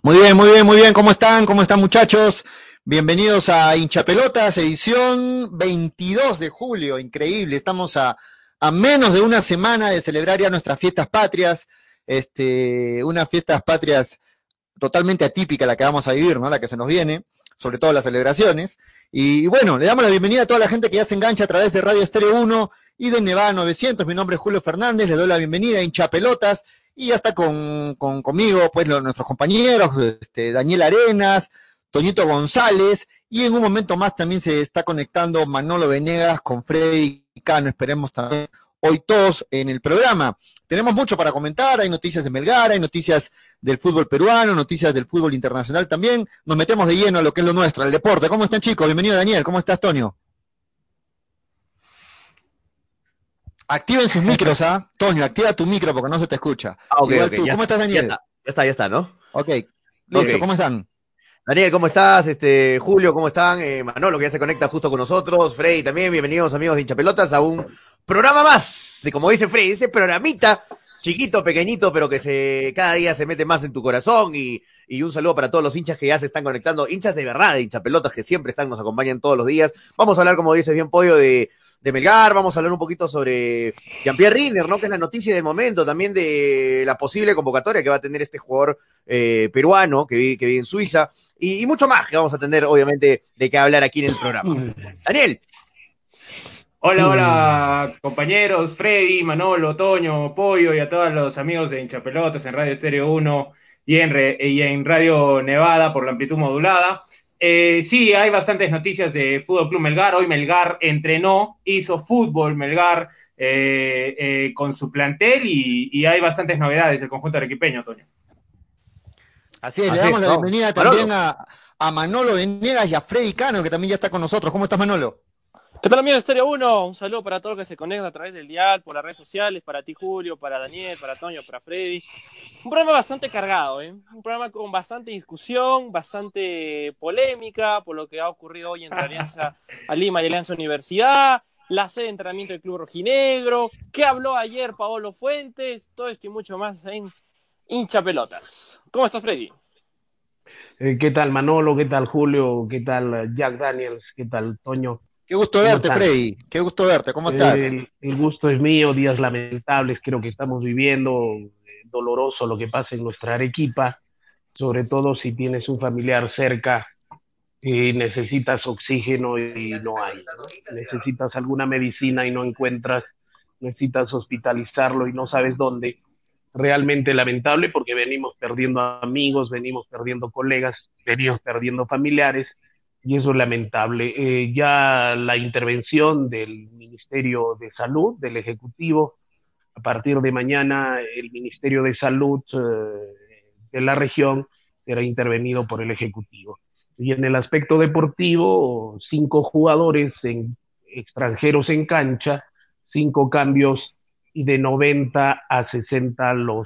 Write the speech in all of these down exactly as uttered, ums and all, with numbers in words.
Muy bien, muy bien, muy bien. ¿Cómo están? ¿Cómo están, muchachos? Bienvenidos a Hinchapelotas, edición veintidós de julio. Increíble. Estamos a, a menos de una semana de celebrar ya nuestras fiestas patrias. Este, unas fiestas patrias totalmente atípica la que vamos a vivir, ¿no? La que se nos viene, sobre todo las celebraciones. Y, y bueno, le damos la bienvenida a toda la gente que ya se engancha a través de Radio Estéreo uno y de Nevada novecientos. Mi nombre es Julio Fernández, le doy la bienvenida a Hinchapelotas y ya está con, con conmigo, pues, los, nuestros compañeros, este, Daniel Arenas, Toñito González, y en un momento más también se está conectando Manolo Venegas con Freddy Cano, esperemos también hoy todos en el programa. Tenemos mucho para comentar, hay noticias de Melgar, hay noticias del fútbol peruano, noticias del fútbol internacional también. Nos metemos de lleno a lo que es lo nuestro, al deporte. ¿Cómo están, chicos? Bienvenido, Daniel. ¿Cómo estás, Toño? Activen sus micros, ¿ah? ¿eh? Toño, activa tu micro porque no se te escucha. Ah, okay, Igual okay, tú. ya ¿Cómo está, estás, Daniel? Ya está, ya está, ya está, ¿no? Ok, listo. Okay. ¿Cómo están? Daniel, ¿cómo estás? Este, Julio, ¿cómo están? Eh, Manolo, que ya se conecta justo con nosotros. Freddy también, bienvenidos amigos de Hinchapelotas a un programa más de, como dice Freddy, este programita chiquito, pequeñito, pero que se cada día se mete más en tu corazón. Y, y un saludo para todos los hinchas que ya se están conectando, hinchas de verdad de Hinchapelotas que siempre están, nos acompañan todos los días. Vamos a hablar, como dices bien, Pollo, de, de Melgar, vamos a hablar un poquito sobre Jean-Pierre Riner, ¿no? Que es la noticia del momento, también de la posible convocatoria que va a tener este jugador eh, peruano que vive, que vive en Suiza, y, y mucho más que vamos a tener, obviamente, de qué hablar aquí en el programa. Daniel. Hola, hola, compañeros, Freddy, Manolo, Toño, Pollo y a todos los amigos de Hinchapelotas en Radio Estéreo uno y en, Re, y en Radio Nevada por la amplitud modulada. Eh, sí, hay bastantes noticias de Fútbol Club Melgar. Hoy Melgar entrenó, hizo fútbol Melgar eh, eh, con su plantel y, y hay bastantes novedades del conjunto arequipeño, Toño. Así es, Así le damos es, la bienvenida no. también a, a Manolo Venegas y a Freddy Cano, que también ya está con nosotros. ¿Cómo estás, Manolo? ¿Qué tal, amigos de Estéreo uno? Un saludo para todos los que se conectan a través del dial, por las redes sociales, para ti, Julio, para Daniel, para Toño, para Freddy. Un programa bastante cargado, ¿eh? Un programa con bastante discusión, bastante polémica, por lo que ha ocurrido hoy entre Alianza a Lima y Alianza Universidad, la sede de entrenamiento del Club Rojinegro, qué habló ayer Paolo Fuentes, todo esto y mucho más en Hinchapelotas. ¿Cómo estás, Freddy? Eh, ¿Qué tal, Manolo? ¿Qué tal, Julio? ¿Qué tal, Jack Daniels? ¿Qué tal, Toño? Qué gusto verte, están? Freddy. Qué gusto verte. ¿Cómo estás? El, el gusto es mío. Días lamentables creo que estamos viviendo. Eh, doloroso lo que pasa en nuestra Arequipa. Sobre todo si tienes un familiar cerca y necesitas oxígeno y no hay, ¿no? Necesitas alguna medicina y no encuentras. Necesitas hospitalizarlo y no sabes dónde. Realmente lamentable porque venimos perdiendo amigos, venimos perdiendo colegas, venimos perdiendo familiares. Y eso es lamentable. Eh, ya la intervención del Ministerio de Salud, del Ejecutivo, a partir de mañana el Ministerio de Salud eh, de la región será intervenido por el Ejecutivo. Y en el aspecto deportivo, cinco jugadores en, extranjeros en cancha, cinco cambios y de noventa a sesenta los,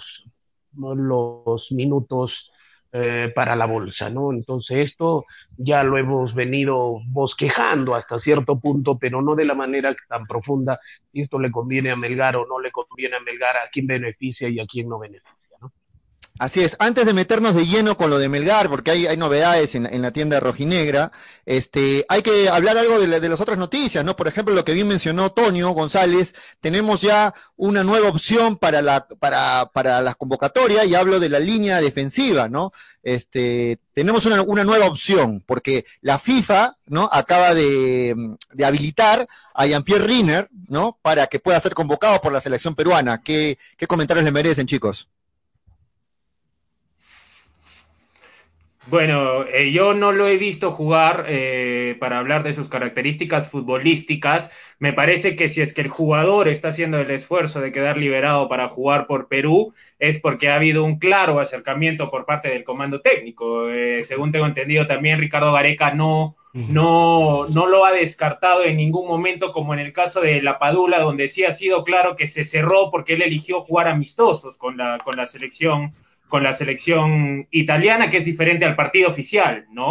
los minutos Eh, para la bolsa, ¿no? Entonces esto ya lo hemos venido bosquejando hasta cierto punto, pero no de la manera tan profunda, si esto le conviene a Melgar o no le conviene a Melgar, a quién beneficia y a quién no beneficia, ¿no? Así es, antes de meternos de lleno con lo de Melgar, porque hay, hay novedades en, en la tienda rojinegra, este, hay que hablar algo de, la, de las otras noticias, ¿no? Por ejemplo, lo que bien mencionó Toño González, tenemos ya una nueva opción para la, para, para las convocatorias, y hablo de la línea defensiva, ¿no? Este, tenemos una, una nueva opción, porque la FIFA, ¿no? Acaba de, de habilitar a Jean-Pierre Riner, ¿no? Para que pueda ser convocado por la selección peruana. ¿Qué, qué comentarios le merecen, chicos? Bueno, eh, yo no lo he visto jugar eh, para hablar de sus características futbolísticas. Me parece que si es que el jugador está haciendo el esfuerzo de quedar liberado para jugar por Perú, es porque ha habido un claro acercamiento por parte del comando técnico. Eh, según tengo entendido también, Ricardo Gareca no, no, no lo ha descartado en ningún momento, como en el caso de La Padula, donde sí ha sido claro que se cerró porque él eligió jugar amistosos con la, con la selección con la selección italiana, que es diferente al partido oficial, ¿no?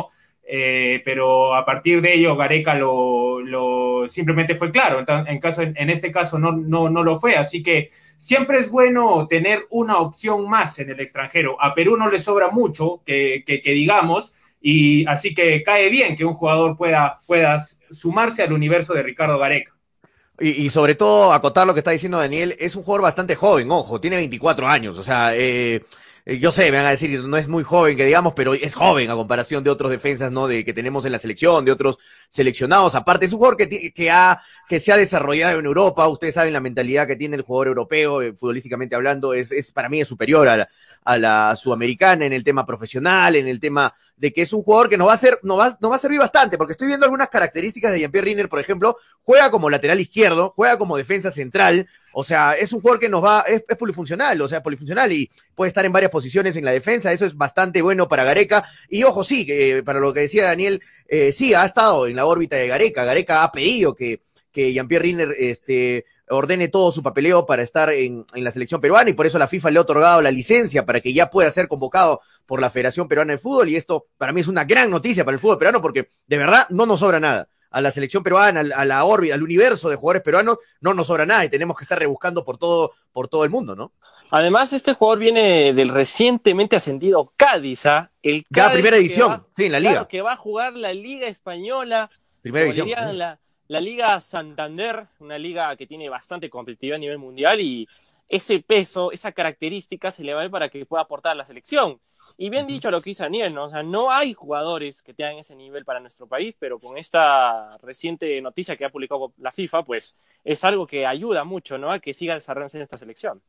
eh, pero a partir de ello Gareca lo, lo simplemente fue claro, en, en, caso, en este caso no, no, no lo fue, así que siempre es bueno tener una opción más en el extranjero. A Perú no le sobra mucho, que, que, que digamos, y así que cae bien que un jugador pueda, pueda sumarse al universo de Ricardo Gareca. Y, y sobre todo, acotar lo que está diciendo Daniel, es un jugador bastante joven, ojo, tiene veinticuatro años, o sea, eh, yo sé, me van a decir, no es muy joven que digamos, pero es joven a comparación de otros defensas, ¿no? De que tenemos en la selección, de otros seleccionados. Aparte, es un jugador que, que, ha, que se ha desarrollado en Europa. Ustedes saben la mentalidad que tiene el jugador europeo, eh, futbolísticamente hablando, es, es para mí es superior a la, a la sudamericana en el tema profesional, en el tema de que es un jugador que nos va a hacer, nos va, nos va a servir bastante, porque estoy viendo algunas características de Jean-Pierre Riner, por ejemplo, juega como lateral izquierdo, juega como defensa central. O sea, es un jugador que nos va, es, es polifuncional, o sea, polifuncional y puede estar en varias posiciones en la defensa, eso es bastante bueno para Gareca. Y ojo, sí, que para lo que decía Daniel, eh, sí, ha estado en la órbita de Gareca. Gareca ha pedido que, que Jean-Pierre Riner este, ordene todo su papeleo para estar en, en la selección peruana y por eso la FIFA le ha otorgado la licencia para que ya pueda ser convocado por la Federación Peruana de Fútbol y esto para mí es una gran noticia para el fútbol peruano porque de verdad no nos sobra nada. A la selección peruana, a la órbita, al universo de jugadores peruanos, no nos sobra nada y tenemos que estar rebuscando por todo, por todo el mundo, ¿no? Además, este jugador viene del recientemente ascendido Cádiz, ¿ah? ¿eh? El Cádiz ya, primera división, va, sí, en la liga. Claro, que va a jugar la Liga Española, primera división. Sí. La, la Liga Santander, una liga que tiene bastante competitividad a nivel mundial y ese peso, esa característica se le va a ver para que pueda aportar a la selección. Y bien dicho lo que dice Daniel, ¿no? O sea, no hay jugadores que tengan ese nivel para nuestro país, pero con esta reciente noticia que ha publicado la FIFA, pues es algo que ayuda mucho, ¿no? A que siga desarrollándose en esta selección.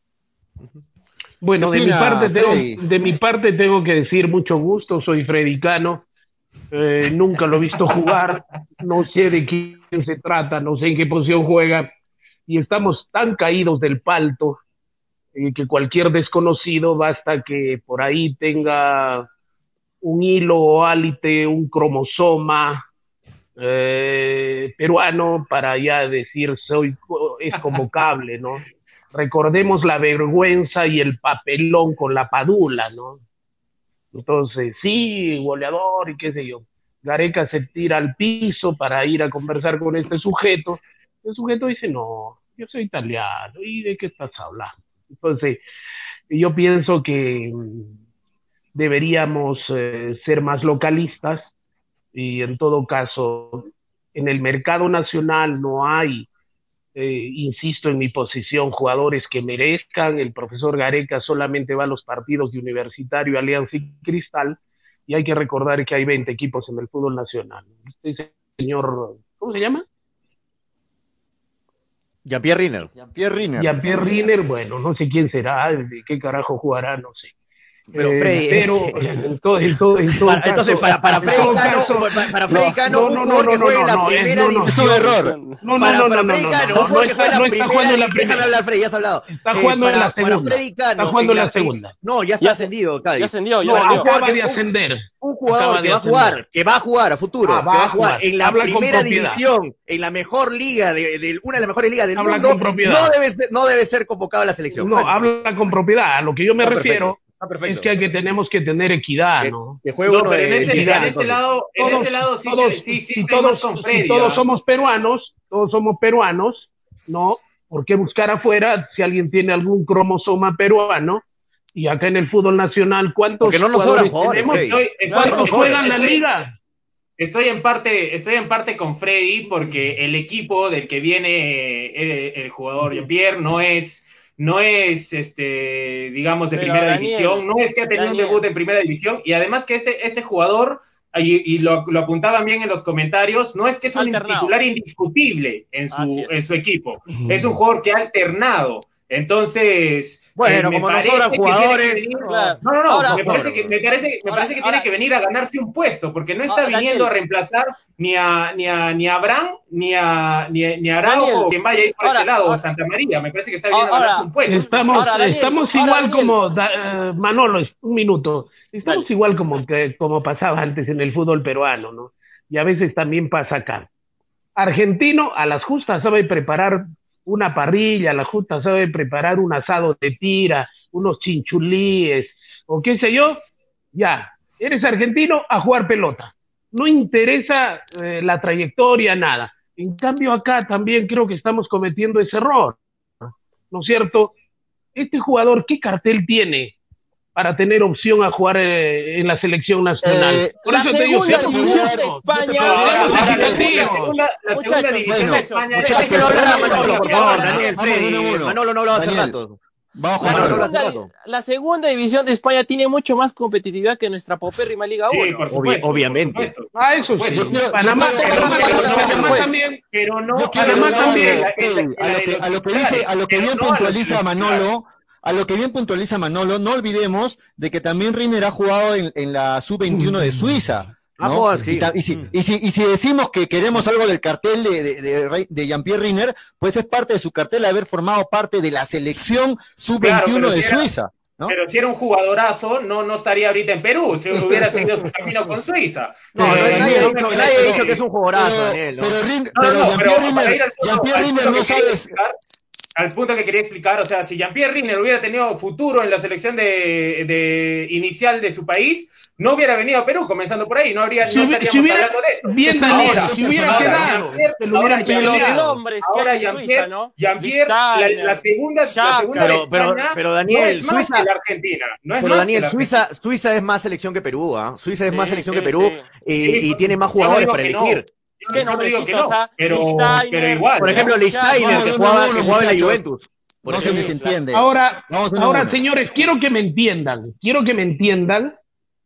Bueno, de mi parte tengo, de mi parte tengo que decir mucho gusto, soy Freddy Cano, eh, nunca lo he visto jugar, no sé de quién se trata, no sé en qué posición juega, y estamos tan caídos del palto que cualquier desconocido basta que por ahí tenga un hilo o álite, un cromosoma eh, peruano para ya decir soy es convocable, ¿no? Recordemos la vergüenza y el papelón con la Padula, ¿no? Entonces, sí, goleador y qué sé yo. Gareca se tira al piso para ir a conversar con este sujeto. El sujeto dice, no, yo soy italiano, ¿y de qué estás hablando? Entonces, yo pienso que deberíamos eh, ser más localistas y en todo caso, en el mercado nacional no hay, eh, insisto en mi posición, jugadores que merezcan. El profesor Gareca solamente va a los partidos de Universitario, Alianza y Cristal y hay que recordar que hay veinte equipos en el fútbol nacional. Este señor, ¿cómo se llama? Jean-Pierre Riner. Jean-Pierre Riner. Jean-Pierre Riner, bueno, no sé quién será, de qué carajo jugará, no sé. Pero Freddy, eh, pero en todo, en todo, en todo para, caso, entonces para para Freddy Cano, para, para Freddy Cano, un jugador que juegue en la primera división. Es un error. No, no, para, no, para no, Freddy no, Cano, no, un jugador no que juegue en la no está jugando en la primera. primera. Déjame hablar, Freddy, ya has hablado. Está jugando eh, para, en la segunda. Para Freddy Cano, está jugando en la, la segunda. No, ya está ya ascendido, Cádiz. Ya ascendió, ya no, ascendió. acaba de ascender. Un jugador Acaba que de va a jugar, ascender. que va a jugar a futuro, Ah, que va a jugar en la Habla con primera propiedad. división, en la mejor liga, de, de una de las mejores ligas del Habla mundo, con propiedad. no debe, ser, no debe ser convocado a la selección. No, Bueno, habla con propiedad. A lo que yo me está refiero perfecto, está perfecto. es que, que tenemos que tener equidad, que, ¿no? que juegue No, uno pero de en ese, equidad, en ese entonces. lado, en Todos- ese lado sí, todos- sí, sí, si estoy todos, más con si Freddy, todos ¿ah? somos peruanos, todos somos peruanos, ¿no? ¿Por qué buscar afuera si alguien tiene algún cromosoma peruano? Y acá en el fútbol nacional, ¿cuántos Porque no nos sobran jugadores jugadores, tenemos? Freddy. Estoy, estoy- ¿Cuántos no, juegan la estoy- liga? Estoy en parte, estoy en parte con Freddy porque el equipo del que viene eh, el jugador Jean-Pierre no es, no es este, digamos, de Pero, primera Daniel, división, no es que ha tenido Daniel. un debut en primera división, y además que este, este jugador, y, y lo, lo apuntaban bien en los comentarios, no es que es un Alternado. titular indiscutible en Así su, es. en su equipo, es un jugador que ha alternado. Entonces, Bueno, eh, me como no parece sobran que tiene que jugadores, venir- Claro. no, no, no, Ahora- me parece que, me parece, me Ahora- parece que ahora- tiene que venir a ganarse un puesto, porque no está Ahora, viniendo Daniel. a reemplazar ni a, ni a, ni a Abraham, ni a, ni, a- ni a Araujo, Daniel. o quien vaya a ir por Ahora- ese lado, ahora- o Santa María, me parece que está viniendo Ahora- a ganarse un puesto. Estamos, Ahora, Daniel, estamos ahora, igual Daniel. como, da- eh, Manolo, es- un minuto, estamos Dale. igual como, que, como pasaba antes en el fútbol peruano, ¿no? Y a veces también pasa acá. Argentino a las justas sabe preparar una parrilla, a las justas sabe preparar un asado de tira, unos chinchulíes, o qué sé yo, ya, eres argentino a jugar pelota. no interesa eh, la trayectoria, nada. En cambio acá también creo que estamos cometiendo ese error, ¿no es cierto? Este jugador, ¿qué cartel tiene para tener opción a jugar eh, en la selección nacional? Eh, Por la eso te digo, segunda seamos división de justos. España. Ahora, Seamos ahora, la, equitativos. la segunda, la segunda Muchachos, división de bueno, España muchachos, es- Déjalo hablar a Pero- Manolo, por favor, Daniel, Vamos de Freddy. uno en uno. Manolo no hablaba hace Daniel, rato. Vamos con La Manolo, Manolo. habla hace segunda, rato. la segunda división de España tiene mucho más competitividad que nuestra paupérrima Liga Sí, uno. por Obvi- supuesto. obviamente. por supuesto. Ah, eso Por sí. Yo supuesto. quiero- Panamá, yo quiero- Panamá, yo quiero- Panamá, Panamá pues. también. Pero no, Yo quiero Además, agregar también, algo, la- Freddy, la- a lo que, la de a los lo que dice, a lo que pero bien no a los puntualiza titulares. Manolo, a lo que bien puntualiza Manolo, no olvidemos de que también Rinner ha jugado en, en la sub veintiuno de Suiza. Ah, ¿no? joder, sí. Y, ta- y si, Mm. y, si, y si decimos que queremos algo del cartel de, de, de, Rey- de Jean-Pierre Rinner, pues es parte de su cartel haber formado parte de la selección sub veintiuno Claro, pero de si era- Suiza. ¿no? Pero si era un jugadorazo, no, no estaría ahorita en Perú, si hubiera seguido su camino con Suiza. No, no, Eh, nadie, Daniel, no, me nadie parece ha dicho que- que es un jugadorazo, Pero, Daniel. ¿no? pero, Rin- No, pero no, pero Jean-Pierre para Rinner, ir al punto, Jean-Pierre al Rinner punto no que quería sabes. explicar, al punto que quería explicar, o sea, si Jean-Pierre Rinner hubiera tenido futuro en la selección de, de inicial de su país, no hubiera venido a Perú, comenzando por ahí, no, habría, Si no hubi- si estaríamos hubiera- hablando de esto. Bien, Daniel, Ahora, si hubiera ahora, quedado, Jean-Pierre- te lo ahora hubieran Jean-Pierre- Los peleado. nombres que Ahora hay en Jean-Pierre, Suiza, ¿no? Jean-Pierre, la, Listeiner, la segunda, la Xhaka. segunda Pero- de pero- España pero, Daniel, no es más Suiza- que la Argentina, no es Pero más Daniel, que la Suiza, Argentina. Suiza es más selección que Perú, ¿ah? Suiza es Sí, más selección sí, que Perú sí. y, Sí, y tiene más yo no jugadores digo para que no. elegir. Yo ¿Qué no digo que nombrecitos, no, ah? pero, Listeiner, pero igual. Por ¿no? ejemplo, Listeiner, No, que no, jugaba, no, que no, jugaba en la muchachos. Juventus. Por No se ejemplo. les entiende. Ahora, Vamos uno a ahora uno. señores, quiero que me entiendan, quiero que me entiendan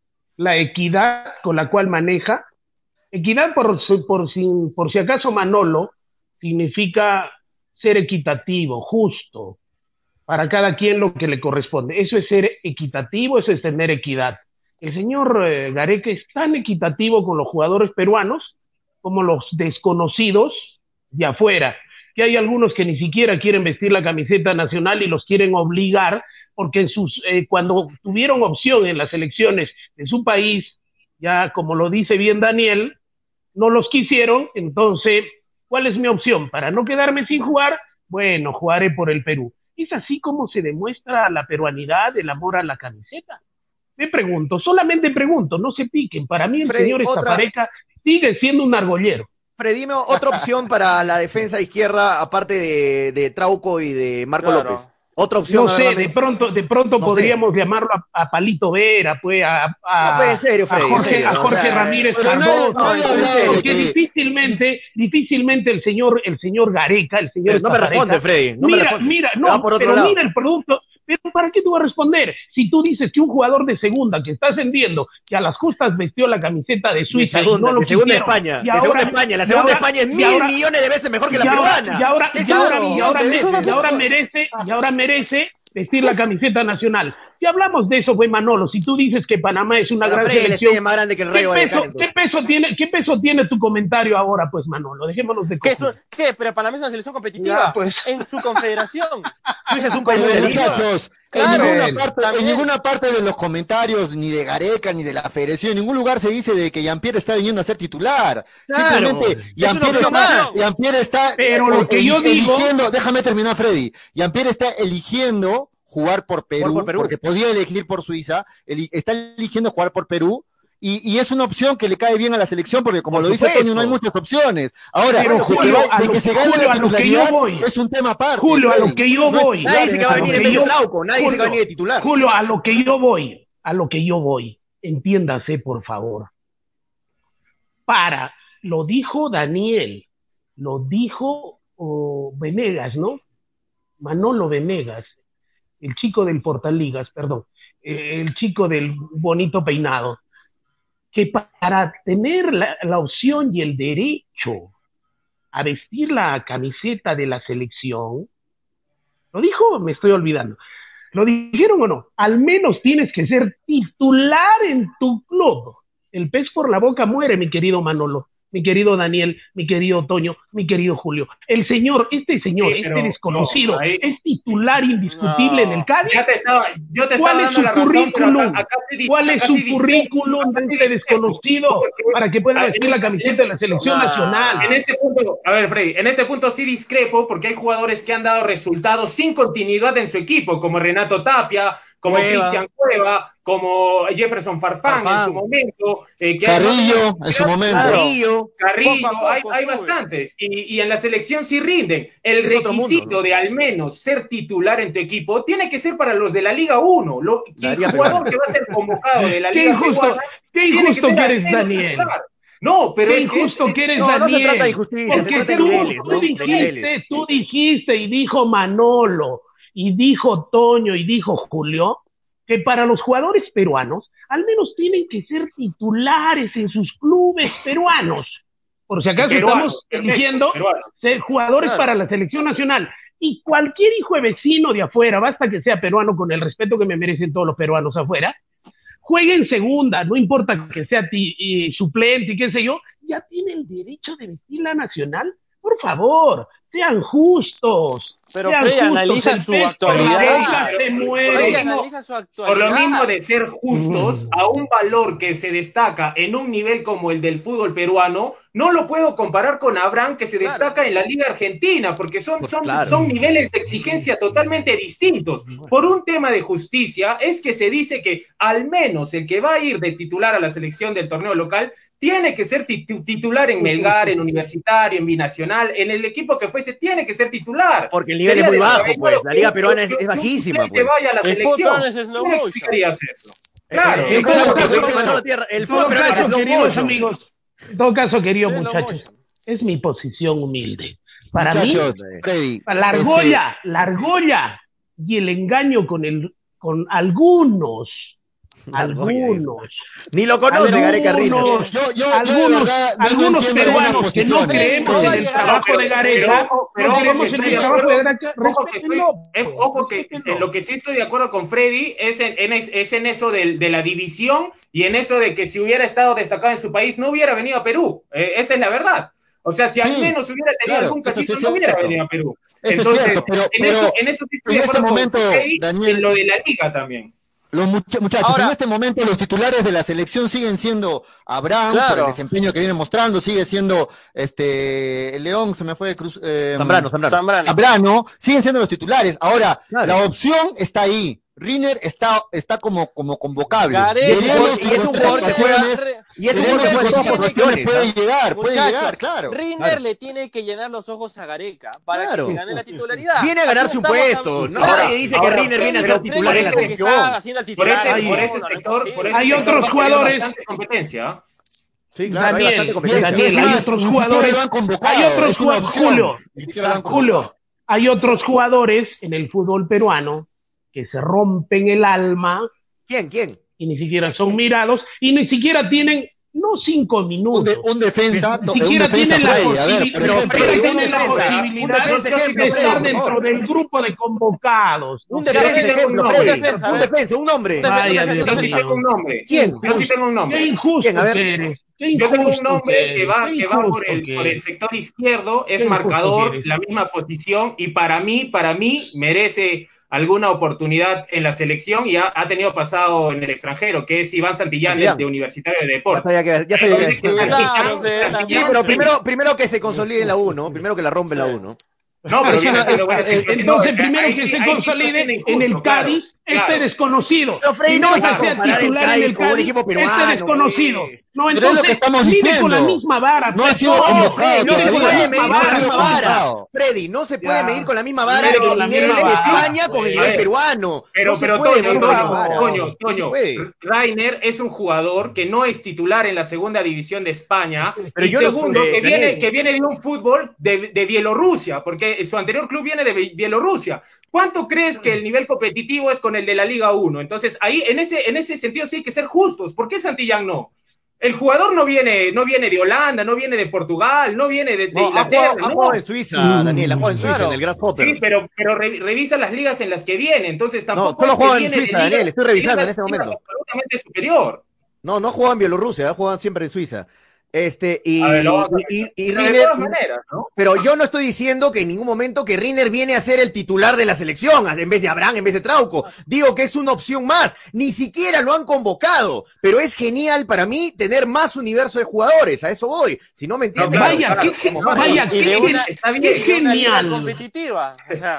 la equidad con la cual maneja. Equidad, por, su- por, si, por si acaso, Manolo, significa ser equitativo, justo, para cada quien lo que le corresponde. Eso es ser equitativo, eso es tener equidad. El señor eh, Gareca es tan equitativo con los jugadores peruanos como los desconocidos de afuera, que hay algunos que ni siquiera quieren vestir la camiseta nacional y los quieren obligar, porque en sus, eh, cuando tuvieron opción en las elecciones de su país, ya como lo dice bien Daniel, no los quisieron. Entonces, ¿cuál es mi opción? Para no quedarme sin jugar, bueno, jugaré por el Perú. Es así como se demuestra la peruanidad, el amor a la camiseta. Me pregunto, solamente pregunto, no se piquen. Para mí el Freddy, señor otra- Estapareca sigue siendo un argollero. Freddy, dime otra opción para la defensa izquierda, aparte de, de Trauco y de Marco Claro. López. Otra opción, No a sé, ver, de dame. pronto, de pronto No podríamos llamarlo a, a Palito Vera, pues, a, a, No, pues, en serio, Freddy, a en Jorge, serio, a ¿no? Jorge O sea, Ramírez pero nadie- Cardoso, nadie ha hablado de porque que- difícilmente, difícilmente el señor, el señor Gareca, el señor Eh, no me Estapareca, responde, Freddy, no me mira, responde. mira, Se va no, por otro pero lado. mira el producto. Pero ¿para qué tú vas a responder? Si tú dices que un jugador de segunda que está ascendiendo, que a las justas vestió la camiseta de De Suiza segunda, y no lo de segunda quisieron, España, y de ahora- segunda España. La y segunda ahora- España es y mil ahora- millones de veces mejor que la y ahora, peruana. y ahora, Es y ahora, un y millón ahora, de me- veces. y ahora merece, y ahora merece vestir la camiseta nacional. Si hablamos de eso, güey, Manolo, si tú dices que Panamá es una Para gran Freddy, el selección, Estella es más grande que el ¿qué Rayo peso, Vallecano. qué, peso tiene, ¿qué peso tiene tu comentario ahora, pues, Manolo? Dejémonos de ¿Qué, cosas. es- ¿Qué? Pero Panamá es una selección competitiva Ya, pues. en su confederación. Suiza es un país Pero, de liga. muchachos, Claro, en, ninguna bueno, parte, en también. ninguna parte de los comentarios, ni de Gareca, ni de la federación, en ningún lugar se dice de que Jean-Pierre está viniendo a ser titular. Claro, Simplemente, es Jean-Pierre una opción está, más. Jean-Pierre está Pero lo que yo digo- eligiendo, déjame terminar, Freddy. Jean-Pierre está eligiendo jugar por Perú, Jugar por Perú. porque podía elegir por Suiza, eli- está eligiendo jugar por Perú. Y, y es una opción que le cae bien a la selección, porque como Por lo dice supuesto. Toño, no hay muchas opciones. Ahora, Pero, de que, Julio, va- a de lo- que se gane Julio, la a lo que yo titularidad voy. es un tema aparte. Julio, a lo Freddy. que yo No es- voy. Nadie dice que va a venir en Julio, vez de Trauco. Nadie dice que va a Julio, venir de titular. Julio, a lo que yo voy, a lo que yo voy, entiéndase, por favor. Para, lo dijo Daniel, lo dijo oh, Venegas, ¿no? Manolo Venegas, el chico del Portaligas, perdón, eh, el chico del bonito peinado, que para tener la, la opción y el derecho a vestir la camiseta de la selección, ¿lo dijo? Me estoy olvidando. ¿Lo dijeron o no? Al menos tienes que ser titular en tu club. El pez por la boca muere, mi querido Manolo, mi querido Daniel, mi querido Toño, mi querido Julio. El señor, este señor, Sí, pero este desconocido, no, ahí- es titular indiscutible No. en el Cádiz. Ya te estaba, yo te estaba ¿Cuál es dando su la razón, pero currículum? acá, acá sí di- ¿Cuál es acá su sí discrepo, currículum acá de sí este discrepo, desconocido porque- para que pueda Ah, vestir en la este- camiseta de la selección Ah. nacional? En este punto, a ver, Freddy, en este punto sí discrepo porque hay jugadores que han dado resultados sin continuidad en su equipo, como Renato Tapia, como Cueva. Cristian Cueva, como Jefferson Farfán, Farfán. en su momento. Eh, que Carrillo hay, en su momento. Carrillo. Carrillo, Poco a hay, poco hay sube. bastantes. Y, y en la selección sí rinden. El Es otro requisito mundo, ¿no? de al menos ser titular en tu equipo tiene que ser para los de la Liga uno. Lo, La el Liga jugador peruana. que va a ser convocado de la Qué Liga injusto, peruana qué tiene que injusto ser que al eres, menos Daniel. titular. No, pero Qué es que es, injusto que eres, No, no se Daniel. trata de injusticia, se Porque trata de tú, niveles, tú ¿no? De dijiste, niveles. tú dijiste y dijo Manolo, y dijo Toño, y dijo Julio, que para los jugadores peruanos, al menos tienen que ser titulares en sus clubes peruanos. Por si acaso Peruano, estamos perfecto, eligiendo peruano. ser jugadores Claro. para la selección nacional. Y cualquier hijo de vecino de afuera, basta que sea peruano con el respeto que me merecen todos los peruanos afuera, juegue en segunda, no importa que sea ti, y suplente y qué sé yo, ya tiene el derecho de vestir la nacional. Por favor, sean justos. Pero sean Freddy justos. analiza El su pez con la actualidad. boca se Por muere. Freddy lo mismo- analiza su actualidad. Por lo mismo de ser justos, Mm. a un valor que se destaca en un nivel como el del fútbol peruano, no lo puedo comparar con Abraham, que se Claro. destaca en la Liga Argentina, porque son, Pues son, claro. son niveles de exigencia totalmente distintos. Por un tema de justicia, es que se dice que al menos el que va a ir de titular a la selección del torneo local tiene que ser titu- titular en Melgar, en Universitario, en Binacional, en el equipo que fuese, tiene que ser titular. Porque el nivel Sería es muy descabellado bajo, pues. La que Liga un- peruana es, que es un bajísima, suplente pues. vaya a la El selección. fútbol es slow ¿Cómo motion. explicarías eso? Claro, Eh, eh, en todo claro, caso, lo que dice en Manolo Tierra, el En fútbol todo peruano es caso, slow queridos motion. amigos, en todo caso, queridos Sí, slow muchachos, motion. es mi posición humilde. Para Muchachos, mí, Freddy, la este, argolla, la argolla y el engaño con el, con algunos, La argolla, dice. algunos, Ni lo conoce, algunos, Gareca Riner. yo, yo, yo de algunos, verdad no- no algunos entiendo algunas peruanos que no posiciones. creemos No va en a el llegar a- trabajo pero- de pero Gareca, ojo- pero no ojo creemos que en estoy el de trabajo de acuerdo- Gareca, Ojo que, estoy, respétenlo, es- pues, ojo que respétenlo. en lo que sí estoy de acuerdo con Freddy es en, en es, es en eso del- de, la división y en eso de que si hubiera estado destacado en su país no hubiera venido a Perú. Eh, esa es la verdad. O sea, si al Sí, menos hubiera tenido claro, algún esto sí cachito, es no hubiera cierto. venido a Perú. Esto es Entonces, cierto, pero- en, pero eso, en eso sí estoy en de este acuerdo momento, con Freddy, Daniel- en lo de la liga también. Los much- muchachos, Ahora- en este momento los titulares de la selección siguen siendo Abraham, Claro. por el desempeño que viene mostrando, sigue siendo este el León, se me fue Cruz, eh, Zambrano, Zambrano. Zambrano. Zambrano, siguen siendo los titulares. Ahora, Claro. la opción está ahí. Riner está, está como, como convocable. Gareca- Y es un Veremos jugador- si y es un con jugador que juega- situaciones- Y es un veremos jugador que si juega en con todas situaciones posiciones. puede ¿ah? llegar, puede Muchachos, llegar, claro. Riner Claro. le tiene que llenar los ojos a Gareca para Claro. que se gane la titularidad. Viene a ganarse un Aquí estamos puesto. tan- No, Ahora- nadie dice que ahora, Riner viene a pero ser titular en la Freddy dice que selección. está haciendo el Por titular. ese, Hay- por ese No, no es sector, posible. por ese Hay sector otros va a tener jugadores- bastante competencia. ¿ah? Sí, claro, hay Daniel, bastante competencia. Daniel, Es hay más, otros ni siquiera jugadores- lo han convocado, hay otros es una jugadores- opción. Julio, Ni siquiera lo han Julio, convocado. hay otros jugadores en el fútbol peruano que se rompen el alma ¿Quién? ¿Quién? y ni siquiera son mirados y ni siquiera tienen, no cinco Un, minutos, de- un defensa, ni un siquiera defensa tienen la Freddy, a ver, por posibilidad, ejemplo, ni siquiera un tienen la defensa, posibilidad un defensa ejemplo, de Freddy, estar por dentro favor. del grupo de convocados. Un ¿no? defensa, sí tengo ejemplo, un Freddy. defensa, a Un ver. defensa, un hombre. Defensa, Vaya, defensa, Dios Yo sí defensa. tengo un nombre. ¿Quién? Yo sí tengo un Qué nombre. injusto ¿Quién? A ver. que eres. Qué Yo tengo un injusto nombre que que eres, va, qué que va por, injusto el, que por el eres. sector izquierdo, es Qué injusto marcador, que eres. la misma posición, y para mí, para mí, merece alguna oportunidad en la selección y ha, ha tenido pasado en el extranjero, que es Iván Santillán, Santillán. de, de Universitario de Ya Deportes. sabía que, ya sabía que Entonces, decía. Claro, sí, Santillán- también. Sí, pero primero, primero que se consolide en la U, ¿no? Primero que la rompe en la U, ¿no? No, pero Es viene una- haciendo buenas es- actuaciones. Entonces, No, es que primero ahí que sí- se ahí sí consolide tiene en injusto, el claro, Cádiz este claro. desconocido. Pero Freddy, Primero no que vas a sea comparar el titular en Cádiz el con un Cádiz equipo este peruano, desconocido. pues. No, Pero es entonces, lo que estamos mide diciendo. con la misma vara. No ha pues, sido no, convocado Freddy, no se todavía. puede Mide medir con con la la misma misma vara. vara. Freddy, no se puede Ya. medir con la misma vara Pero el la nivel misma de vara, España con el pues. nivel A ver, peruano. Pero, no se pero puede Toño, medir con la misma Toño, vara. Toño, No se Toño, puede. Rainer es un jugador que no es titular en la segunda división de España. Pero y yo lo- segundo, eh, que, Daniel. viene, que viene de un fútbol de, de Bielorrusia, porque su anterior club viene de Bi- Bielorrusia. ¿Cuánto crees que el nivel competitivo es con el de la Liga uno? Entonces, ahí, en ese, en ese sentido, sí hay que ser justos. ¿Por qué Santillán no? El jugador no viene, no viene de Holanda, no viene de Portugal, no viene de, de No, ha Inglaterra. jugado, ha no. jugado en Suiza, Daniel, ha jugado en Suiza, Claro. en el Grasshopper. Sí, pero, pero re- revisa las ligas en las que viene, entonces tampoco. solo es que juega en viene de Suiza, ligas- Daniel, estoy revisando en ligas- este momento. ligas absolutamente superior. No, no ha jugado en Bielorrusia, ha jugado siempre en Suiza. Este, y, A ver, lo vamos a y, y- y Pero de Riner, todas maneras, ¿no? pero yo no estoy diciendo que en ningún momento que Riner viene a ser el titular de la selección, en vez de Abraham, en vez de Trauco. Digo que es una opción más. Ni siquiera lo han convocado, pero es genial para mí tener más universo de jugadores. A eso voy. Si no me entienden. claro, vaya, claro, qué, como vaya, más. qué, Y de una, Está qué bien, y de una liga genial. competitiva. O sea,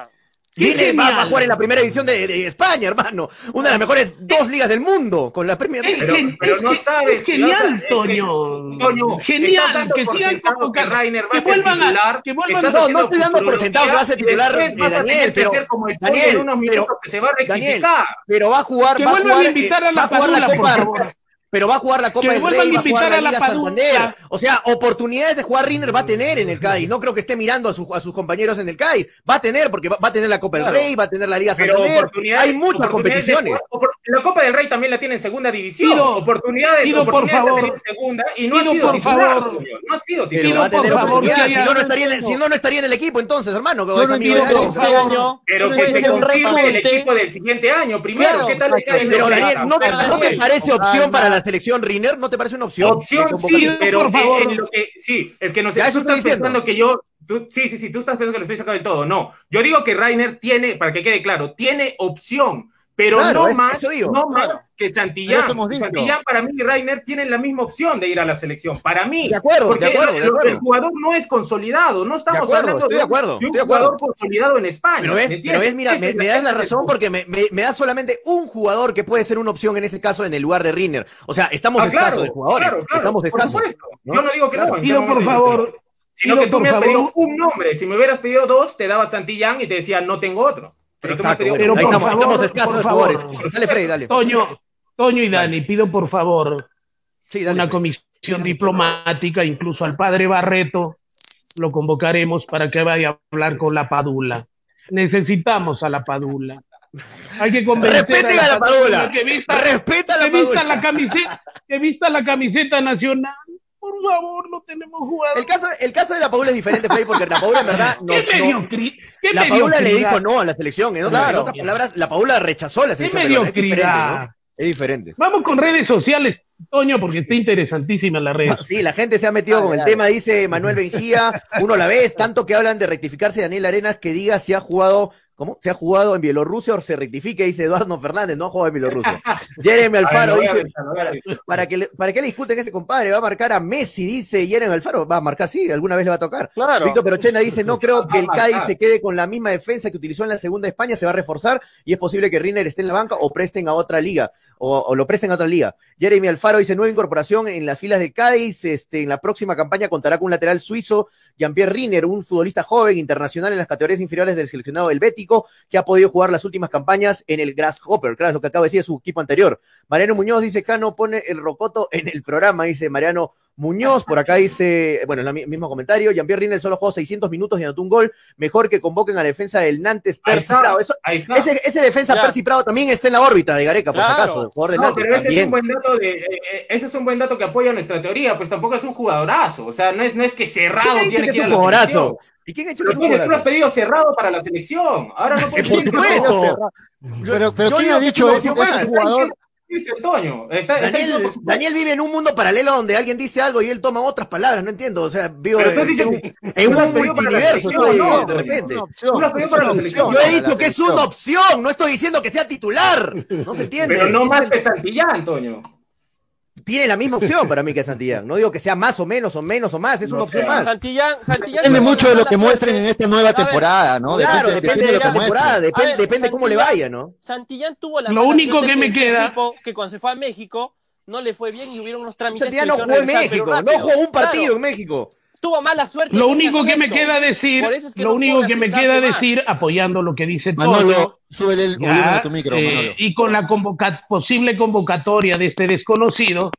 Viene, va, va a jugar en la primera división de, de España, hermano. Una de las mejores dos ligas del mundo, con la Premier League. Pero, pero no sabes. Es genial, es que, Toño. Toño, Genial, que sigan convocando. Que Rainer va Que a ser vuelvan a, titular. que vuelvan Estás a- No, no estoy dando por sentado que va a ser titular y después eh, vas a Daniel, tener que pero ser como el pollo Daniel, en unos minutos pero que se va a Daniel, rectificar. pero va a jugar, Que va a vuelvan a jugar, invitar eh, a la va a jugar la Padula, por Copa, favor. pero va a jugar la Copa Que del vuelvan Rey, a va a jugar invitar la a la Liga Padula. Santander. O sea, oportunidades de jugar Rinner va a tener en el Cádiz. No creo que esté mirando a, su- a sus compañeros en el Cádiz. Va a tener, porque va, va a tener la Copa del Claro. Rey, va a tener la Liga Pero Santander. oportunidades- Hay muchas oportunidades de competiciones. jugar- opor- la Copa del Rey también la tiene en segunda división. Pido- oportunidades, pido por oportunidades favor, de tener en segunda y no ha pido sido por titular. favor, Julio, no ha sido Pero Pido va a titular. tener por favor oportunidades. que Si no, no haya- estaría en el, si no, no estaría en el equipo entonces, hermano. Que Yo es no amigo de entiendo Daniel. por Este año Pero puede que se ser un confirme el repunte. equipo del siguiente año. Primero, Claro, ¿qué tal le cae el Pero Rey? Daniel, ¿no, te- Daniel, ¿no te parece opción calma. para la selección Rinner? ¿No te parece una opción? Opción de convocación? sí, pero Por favor. en, en lo que sí, es que no sé, Ya, tú eso estoy estás diciendo. pensando que yo, tú- sí, sí, sí, tú estás pensando que lo estoy sacando de todo. No, yo digo que Rainer tiene, para que quede claro, tiene opción, pero Claro, no es- más, eso digo. no Claro. más que Pero Santillán. eso hemos dicho. Santillán para mí y Rainer tienen la misma opción de ir a la selección. Para mí, De acuerdo, porque de acuerdo, el, de acuerdo. el jugador no es consolidado, no estamos De acuerdo, hablando estoy de de un, acuerdo, de un estoy de acuerdo. jugador consolidado en España. Pero ves, ¿me pero ves, entiendes? mira, Ese me, es me el- das la ese es el razón punto. porque me, me, me das solamente un jugador que puede ser una opción en ese caso en el lugar de Rinner. O sea, estamos Ah, escasos claro, de jugadores. claro, claro, Estamos por escasos. supuesto. ¿no? Yo no digo que Claro. no. ¿en qué Pido por momento dices que no? favor, Sino pido que tú por me has favor, pedido un nombre. Si me hubieras pedido dos, te daba Santillán y te decía, no tengo otro. Pero tú me has Exacto, pedido bueno, Pero ahí por estamos, favor, estamos escasos por de favor. jugadores. Dale, Frey, dale. Toño, Toño y Dani, pido por favor Sí, dale. una Frey. comisión diplomática, incluso al padre Barreto lo convocaremos para que vaya a hablar con la Padula. Necesitamos a la Padula. Hay que convencer Respeten a la Padula. que vista, Respeta a la que vista Padula. la camiseta, que vista la camiseta nacional. Por favor, no tenemos jugadores. El caso, el caso de la Paula es diferente, Frey, porque la Paula en verdad no, ¿Qué no- mediocri- qué la Paula le mediocridad? dijo no a la selección. En otras, Claro. en otras palabras, la Paula rechazó la ¿Qué selección peruana. Es diferente, mediocridad? ¿no? Es diferente. Vamos con redes sociales, Toño, porque está interesantísima la red. Sí, la gente se ha metido Dale, con el dale. tema, dice Manuel Benjía, uno la vez, tanto que hablan de rectificarse Daniel Arenas, que diga si ha jugado, ¿cómo? ¿Se ha jugado en Bielorrusia o se rectifique? Dice Eduardo Fernández, no ha jugado en Bielorrusia. Jeremy Alfaro A ver, lo voy a dice, revisar, lo voy a revisar. ¿para qué, le, ¿para qué le discuten ese compadre? Va a marcar a Messi, dice Jeremy Alfaro, va a marcar, sí, alguna vez le va a tocar. Claro. Víctor Perochena dice, no creo que el Va a Cádiz marcar. se quede con la misma defensa que utilizó en la segunda de España, se va a reforzar y es posible que Rinner esté en la banca o presten a otra liga, o, o lo presten a otra liga. Jeremy Alfaro dice, nueva incorporación en las filas de Cádiz, este, en la próxima campaña contará con un lateral suizo, Jean-Pierre Rinner, un futbolista joven, internacional en las categorías inferiores del seleccionado helvético, que ha podido jugar las últimas campañas en el Grasshopper, claro, es lo que acaba de decir su equipo anterior. Mariano Muñoz dice, Cano pone el rocoto en el programa, dice Mariano Muñoz, por acá dice, bueno, el mismo comentario, Jean-Pierre Rinner solo jugó seiscientos minutos y anotó un gol, mejor que convoquen a la defensa del Nantes, Ahí Percy está, Prado. Eso, ahí está. ese, ese defensa Ya. Percy Prado también está en la órbita de Gareca, por Claro. si acaso, el jugador del No, Nantes pero ese es también. un buen dato de, eh, eh, ese es un buen dato que apoya nuestra teoría, pues tampoco es un jugadorazo, o sea, no es, no es que cerrado ¿Quién ha dicho tiene que que es ir a un la jugadorazo? selección. ¿Y quién ha dicho que Pero es un tú, tú lo has jugadorazo? pedido cerrado para la selección. Ahora no puedes Por decir que supuesto. Pero, pero yo ¿quién digo ha que dicho es ese, una ese opción jugador? Dice Antonio. Está, está Daniel, diciendo, por supuesto. Daniel vive en un mundo paralelo donde alguien dice algo y él toma otras palabras, no entiendo, o sea, vivo Pero tú has en, dicho en- que- en tú lo has un pedido para la multiverso, selección, estoy, no, de repente. Una opción, Tú lo has pedido es para una la opción selección. Yo he para la dicho que es selección. una opción, no estoy diciendo que sea titular, no se entiende. Pero no más Tiene- que Santillán, Antonio. Tiene la misma opción para mí que Santillán, no digo que sea más o menos o menos o más, es una No opción sé. más. Santillán, Santillán Depende tuvo mucho de la lo que mala muestren suerte. en esta nueva A ver, temporada, ¿no? Claro, Depende, depende de lo la que muestren. temporada, depende, A ver, depende cómo le Santillán- vaya, ¿no? Santillán tuvo la Lo mala único suerte que me en su queda- equipo, que cuando se fue a México no le fue bien y hubieron unos trámites Santillán que no lo hicieron jugó en regresar al Perú México, no rápido. jugó un partido Claro, en México. tuvo mala suerte. Lo en ese único que me aspecto. queda decir, Por eso es que lo no único puede que me aplicarse queda más. decir, apoyando lo que dice Toño, Manolo, sube el ya, volumen de tu micro, eh, Manolo. y con la convoca- posible convocatoria de este desconocido,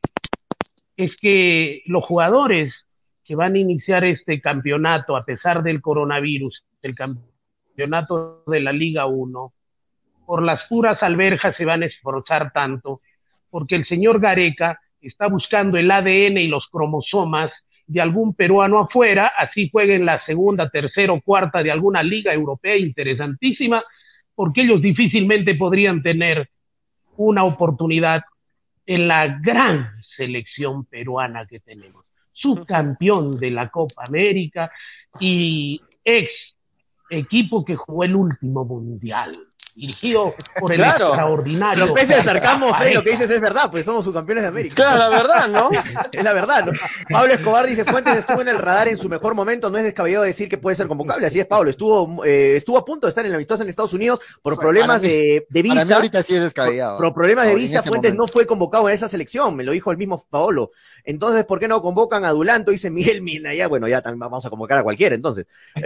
es que los jugadores que van a iniciar este campeonato a pesar del coronavirus, el campeonato de la Liga uno, por las puras alberjas se van a esforzar tanto, porque el señor Gareca está buscando el A D N y los cromosomas de algún peruano afuera, así jueguen la segunda, tercera o cuarta de alguna liga europea interesantísima, porque ellos difícilmente podrían tener una oportunidad en la gran selección peruana que tenemos. Subcampeón de la Copa América y ex equipo que jugó el último mundial. dirigido por el Claro. extraordinario. Lo pese de sarcasmo, Frey, lo que Gareca. dices es verdad, pues somos subcampeones de América. Claro, la verdad, ¿no? Es la verdad, ¿no? Pablo Escobar dice, Fuentes estuvo en el radar en su mejor momento, no es descabellado decir que puede ser convocable, así es, Pablo, estuvo eh, estuvo a punto de estar en el amistoso en Estados Unidos por Para problemas mí- de, de Para mí visa, ahorita sí es descabellado. por, por problemas de Ahora, en visa, este Fuentes momento. no fue convocado en esa selección, me lo dijo el mismo Paolo. Entonces, ¿por qué no convocan a Dulanto? Dice Miguel Mina, ya, bueno, ya también vamos a convocar a cualquiera, entonces.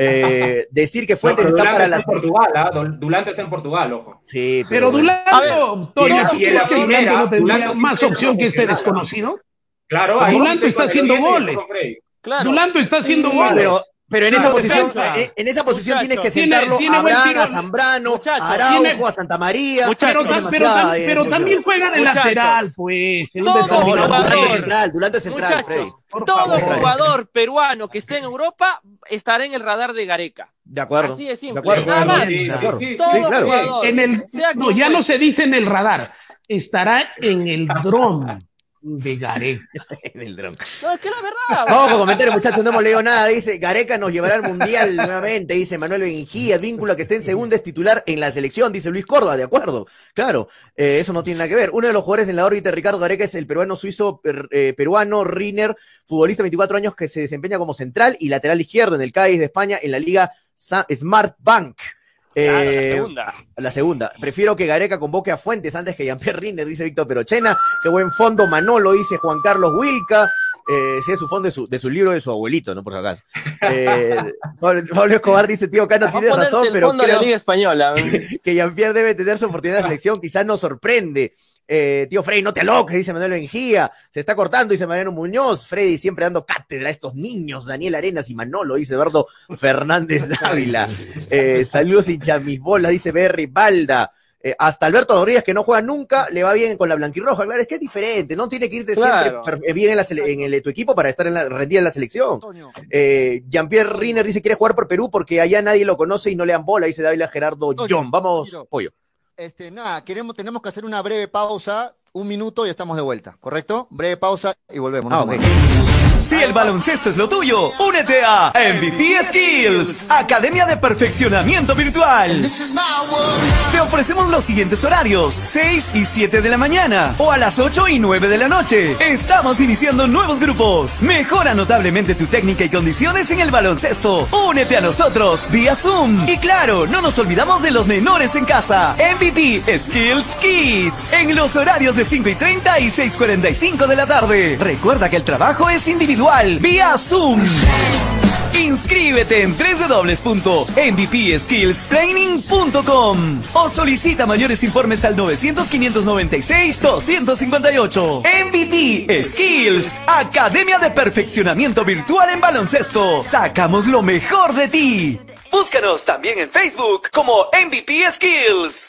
Eh, decir que No, Fuentes pero está Dulante para está la... en Portugal, ¿ah? Dul- Dulante está en Portugal, ojo. Sí, Pero bueno. A ver, Dulanto, Toño, y en la- ¿tú y en la crees que primera, Dulanto no tendría Dulanto sí más tiene opción que este profesional, ¿ah? desconocido? Claro, ahí Dulanto sí estoy está con el haciendo oyente y goles. estoy con Freddy. Claro. Dulanto está haciendo Sí, goles. pero, pero en esa Claro, posición, defensa. en, en esa posición Muchachos. tienes que Tiene- sentarlo tiene a buen Abraham, tiro. a Zambrano, Muchachos, a Araujo, tiene- a Santa María. Muchachos, Pero, Tienes tam- pero, demasiada tam- ahí en pero esa también posición. juega de Muchachos. lateral, pues. en un Todo No, no, determinado Dulanto es jugador. central, Dulanto es central, Freddy. Muchachos, Por todo favor. jugador peruano que esté en Europa estará en el radar de Gareca. De acuerdo. Así de simple. De acuerdo. Nada más. Sí, sí, De acuerdo. sí, Todo Sí, claro. jugador. En el, sea no, quien ya no fuese. se dice en el radar. Estará en el dron de Gareca. En el dron. No, es que la verdad. Vamos con comentarios, muchachos, no hemos leído nada. Dice, Gareca nos llevará al Mundial nuevamente, dice Manuel Benjía, vínculo que esté en segunda es titular en la selección, dice Luis Córdoba, de acuerdo, claro, eh, eso no tiene nada que ver. Uno de los jugadores en la órbita de Ricardo Gareca es el peruano suizo, per, eh, peruano Riner, futbolista de veinticuatro años que se desempeña como central y lateral izquierdo en el Cádiz de España en la Liga Sa- Smart Bank. Claro, la Eh, segunda. La segunda. Prefiero que Gareca convoque a Fuentes antes que Jean-Pierre Riner, dice Víctor Perochena. Qué buen fondo Manolo, dice Juan Carlos Wilca. Eh, sí, es su fondo de su, de su libro de su abuelito, ¿no? Por si acaso. Eh, Pablo, Pablo Escobar dice, tío Cano, Vamos a tienes ponerte razón, el pero fondo de la creo Liga Española. que Jean-Pierre debe tener su oportunidad en la selección. Quizás nos sorprende. Eh, tío Freddy, no te aloques, dice Manuel Benjía. Se está cortando, dice Mariano Muñoz. Freddy siempre dando cátedra a estos niños. Daniel Arenas y Manolo, dice Eduardo Fernández Dávila. Eh, saludos hincha mis bolas, dice Berry Balda. Eh, hasta Alberto Rodríguez, que no juega nunca, le va bien con la blanquirroja. Claro, es que es diferente. No tiene que irte Claro. siempre bien en, la sele- en el, tu equipo para estar en la, rendir en la selección. Antonio, Eh, Jean-Pierre Riner dice que quiere jugar por Perú porque allá nadie lo conoce y no le dan bola, dice Dávila Gerardo Oye, John. Vamos, Tiro. pollo. Este, nada, queremos, tenemos que hacer una breve pausa, un minuto y estamos de vuelta, ¿correcto? Breve pausa y volvemos. no Ah, se ok. muevan. Si el baloncesto es lo tuyo, únete a M V P Skills, Academia de Perfeccionamiento Virtual. Te ofrecemos los siguientes horarios, seis y siete de la mañana, o a las ocho y nueve de la noche. Estamos iniciando nuevos grupos. Mejora notablemente tu técnica y condiciones en el baloncesto. Únete a nosotros vía Zoom. Y claro, no nos olvidamos de los menores en casa. M V P Skills Kids, en los horarios de cinco y treinta y seis cuarenta y cinco de la tarde. Recuerda que el trabajo es individual. Vía Zoom. Inscríbete en doble u doble u doble u punto m v p skills training punto com o solicita mayores informes al nueve cero cero, cinco nueve seis, dos cinco ocho. M V P Skills, Academia de Perfeccionamiento Virtual en Baloncesto. Sacamos lo mejor de ti. Búscanos también en Facebook como M V P Skills.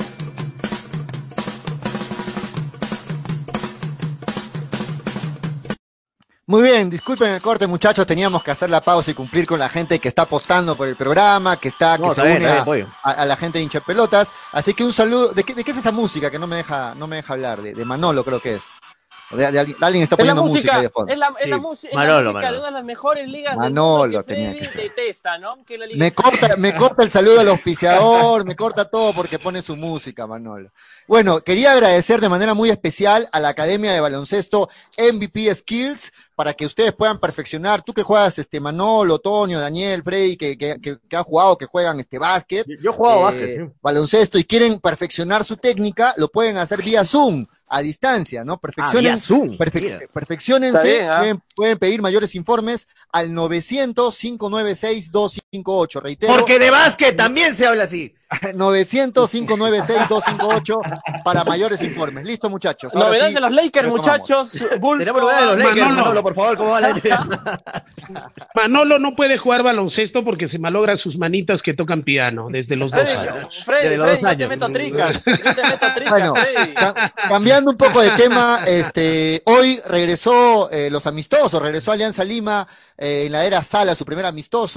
Muy bien, disculpen el corte, muchachos, teníamos que hacer la pausa y cumplir con la gente que está apostando por el programa, que está, que No, se está bien, une está a, bien, pollo. a- a la gente de hincha pelotas. Así que un saludo. ¿De qué, de qué es esa música que no me deja, no me deja hablar? De, de Manolo, creo que es. O de, de alguien, alguien está Es la poniendo música, música, ahí de fondo. es la, es la Sí, música, es Manolo, la música de Manolo. una de las mejores ligas Manolo del mundo que tenía Freddy que ser. detesta, ¿no? Que es la Liga Me corta, me corta el saludo al auspiciador, me corta todo porque pone su música, Manolo. Bueno, quería agradecer de manera muy especial a la Academia de Baloncesto M V P Skills para que ustedes puedan perfeccionar. Tú que juegas, este Manolo, Tonio, Daniel, Freddy, que, que, que, que han jugado, que juegan este básquet, Yo, yo he jugado eh, básquet, sí. baloncesto y quieren perfeccionar su técnica, lo pueden hacer vía Zoom, a distancia, ¿no? Ah, Perfeccionen, vía Zoom. Perfe- Mira. perfeccionense, Está bien, ¿ah? pueden, pueden pedir mayores informes al novecientos, cinco nueve seis, dos cinco ocho. Reitero, Porque de básquet también se habla así. novecientos, cinco nueve seis, dos cinco ocho para mayores informes. Listo, muchachos. Ahora Novedad sí, de los Lakers, retomamos. muchachos. Bulls Tenemos novedades de los Manolo. Lakers, Manolo, por favor, ¿cómo va la N B A? Manolo no puede jugar baloncesto porque se malogra sus manitas que tocan piano desde los dos Freddy, años. Freddy, Desde los Freddy, dos yo te años. meto tricas. Yo te meto tricas, Bueno, Freddy. ca- cambiando un poco de tema, este, hoy regresó eh, los amistosos, regresó Alianza Lima eh, en la era Sala, su primer amistoso,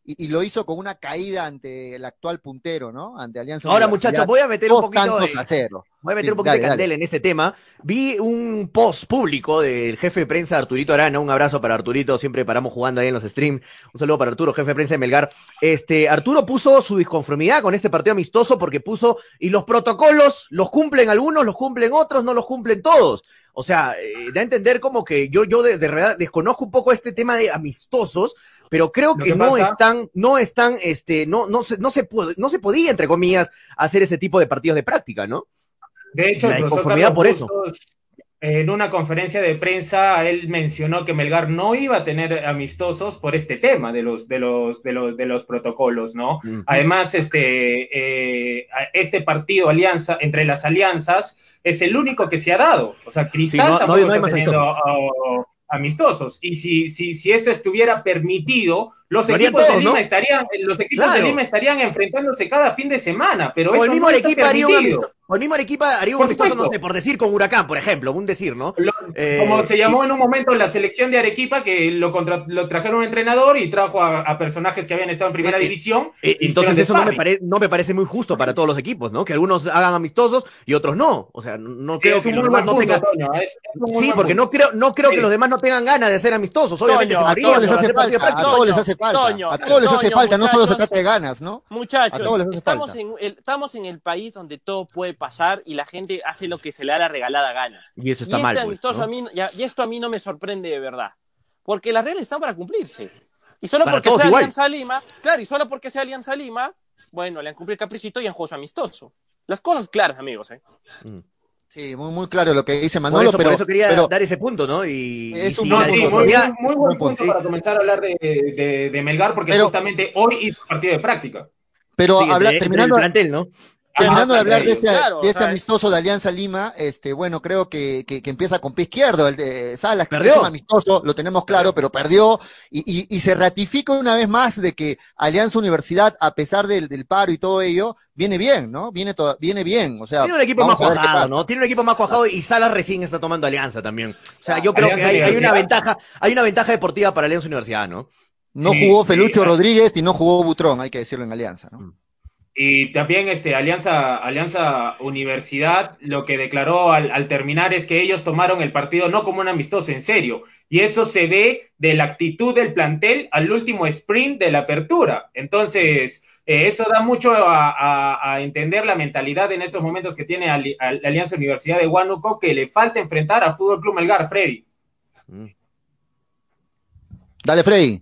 y, y lo hizo con una caída ante el actual puntero, ¿no? Ante Alianza Ahora, Universidad, muchachos, voy a meter un poquito tantos de, a cero. voy a meter Sí, un poquito dale, de candela dale. en este tema. Vi un post público del jefe de prensa Arturito Arana. Un abrazo para Arturito, siempre paramos jugando ahí en los streams. Un saludo para Arturo, jefe de prensa de Melgar. Este, Arturo puso su disconformidad con este partido amistoso porque puso, y los protocolos los cumplen algunos, los cumplen otros, no los cumplen todos. O sea, eh, da a entender como que yo, yo de, de verdad desconozco un poco este tema de amistosos, pero creo Lo que, que no pasa- están, no están, este, no, no se, no se puede, no se podía, entre comillas, hacer ese tipo de partidos de práctica, ¿no? De hecho, La el profesor inconformidad Carlos por eso. Bustos, en una conferencia de prensa, él mencionó que Melgar no iba a tener amistosos por este tema de los, de los, de los, de los protocolos, ¿no? Ujú. Además, este, eh, este partido alianza, entre las alianzas es el único que se ha dado. O sea, Cristal Sí, no- no tampoco hay- no hay está más teniendo oh, amistosos. Y si, si, si esto estuviera permitido, los Lo harían equipos de todos, Lima ¿no? estarían, los equipos Claro. de Lima estarían enfrentándose cada fin de semana, pero O eso el mismo no está Arequipa haría un permitido. amistoso, o el mismo Arequipa haría un Por amistoso, no supuesto. sé, por decir con Huracán, por ejemplo, un decir, ¿no? Lo- Eh, como se llamó y- en un momento la selección de Arequipa, que lo, contra- lo trajeron un entrenador y trajo a, a personajes que habían estado en primera Eh, eh, división. Eh, y entonces hicieron eso no me, sparring. pare- no me parece muy justo para todos los equipos, ¿no? Que algunos hagan amistosos y otros no. O sea, no Sí, creo es que un los muy demás buen no punto, tengan... Toño, es- es un muy Sí, buen porque punto. no creo, no creo Sí. que los demás no tengan ganas de ser amistosos. Obviamente Toño, se A morían todos les por hace hacer partido falta, a práctico. todos les Toño, hace falta, Toño, a todos les hace Toño, falta, no solo se muchachos. trata de ganas, ¿no? A Muchachos, todos les hace estamos falta. en, el, estamos en el país donde todo puede pasar y la gente hace lo que se le da la regalada gana. Y eso está y mal, este pues, amistoso ¿no? a mí, ya- y esto a mí no me sorprende de verdad. Porque las reglas están para cumplirse. Y solo Para porque todos sea igual. Alianza Lima, claro, y solo porque sea Alianza Lima, bueno, le han cumplido el caprichito y han jugado su amistoso. Las cosas claras, amigos, ¿eh? Mm. Sí, muy, muy claro lo que dice Por Manolo, eso, pero, por eso quería pero dar ese punto, ¿no? Y, Es y un si buen la No, sí, muy, disconformidad... muy, muy buen buen punto punto, sí. para comenzar a hablar de, de, de Melgar, porque Pero- justamente hoy hizo partido de práctica. pero Sí, habla- entre- entre terminando, el plantel, ¿no? terminando de Ah, hablar de claro, este, claro, de este o sea, amistoso de Alianza Lima, este, bueno, creo que, que, que empieza con pie izquierdo, el de Salas, que Perdió. es un amistoso, lo tenemos claro, pero perdió, y, y, y se ratifica una vez más de que Alianza Universidad, a pesar del, del paro y todo ello, viene bien, ¿no? Viene, to- viene bien, o sea, Tiene un equipo más vamos a ver qué cuajado, pasa. ¿no? Tiene un equipo más cuajado y Salas recién está tomando Alianza también. O sea, yo creo que Alianza hay, hay una Universidad. ventaja, hay una ventaja deportiva para Alianza Universidad, ¿no? No Sí, jugó sí, Felucho ah. Rodríguez y no jugó Butrón, hay que decirlo en Alianza, ¿no? Y también este, Alianza, Alianza Universidad lo que declaró al, al terminar es que ellos tomaron el partido no como un amistoso, en serio. Y eso se ve de la actitud del plantel al último sprint de la apertura. Entonces, eh, eso da mucho a, a, a entender la mentalidad en estos momentos que tiene Ali- a- la Alianza Universidad de Huánuco, que le falta enfrentar a Fútbol Club Melgar, Freddy. Mm. Dale, Freddy.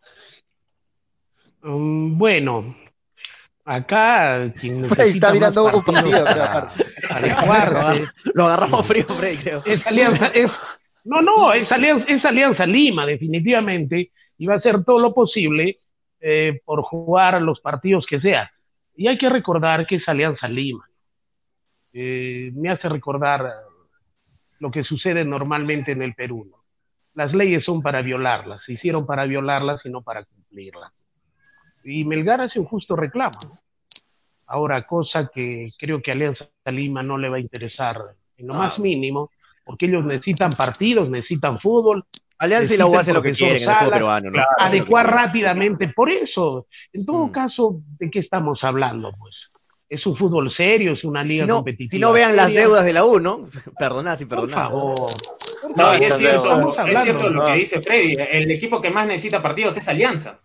Um, bueno, acá quien Freddy está necesita mirando más un partido, partidos creo, para aparte. adecuarse Lo agarramos frío, Freddy, creo. es alianza, es, no, no, es alianza, es alianza Lima, definitivamente, y va a hacer todo lo posible eh, por jugar los partidos que sea. Y hay que recordar que es Alianza Lima. Eh, me hace recordar lo que sucede normalmente en el Perú, ¿no? Las leyes son para violarlas, se hicieron para violarlas y no para cumplirlas. Y Melgar hace un justo reclamo, ¿no? Ahora, cosa que creo que a Alianza Lima no le va a interesar en lo más mínimo, porque ellos necesitan partidos, necesitan fútbol. Alianza y la U hacen lo que Profesor quieren en el fútbol Salas, peruano, ¿no? claro, Hacen lo que Adecuar quieren. rápidamente, por eso, en todo Mm. caso, ¿de qué estamos hablando? Pues es un fútbol serio, es una liga Si no, competitiva. si no vean las seria. deudas de la U, ¿no? Perdoná, sin Por perdonar. favor. No, y es esas cierto, deudas. es Hablando, cierto lo ¿no? que dice Freddy. El equipo que más necesita partidos es Alianza.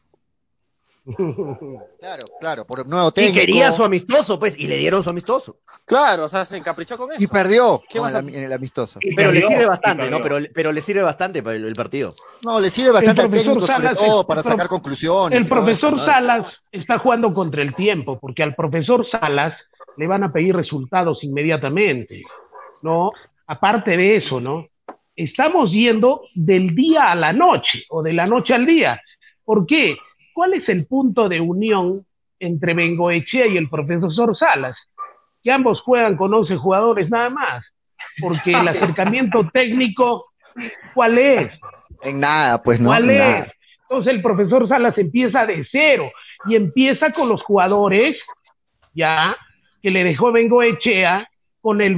Claro, claro, por nuevo Y técnico. quería su amistoso, pues, y le dieron su amistoso. Claro, o sea, se encaprichó con eso. Y perdió ¿Qué con vas a- el, en el amistoso. Y Pero le perdió, sirve y bastante, ¿no? perdió. Pero, pero le sirve bastante para el, el partido. No, le sirve bastante al profesor técnico, sobre Salas, todo el para pro- sacar conclusiones. El y todo profesor esto, ¿no? Salas está jugando contra el tiempo, porque al profesor Salas le van a pedir resultados inmediatamente, ¿no? Aparte de eso, ¿no? Estamos yendo del día a la noche, o de la noche al día. ¿Por qué? ¿Cuál es el punto de unión entre Bengoechea y el profesor Salas? Que ambos juegan con once jugadores nada más, porque el acercamiento técnico, ¿cuál es? En nada, pues no. ¿Cuál en es? nada. Entonces el profesor Salas empieza de cero y empieza con los jugadores ya que le dejó Bengoechea con el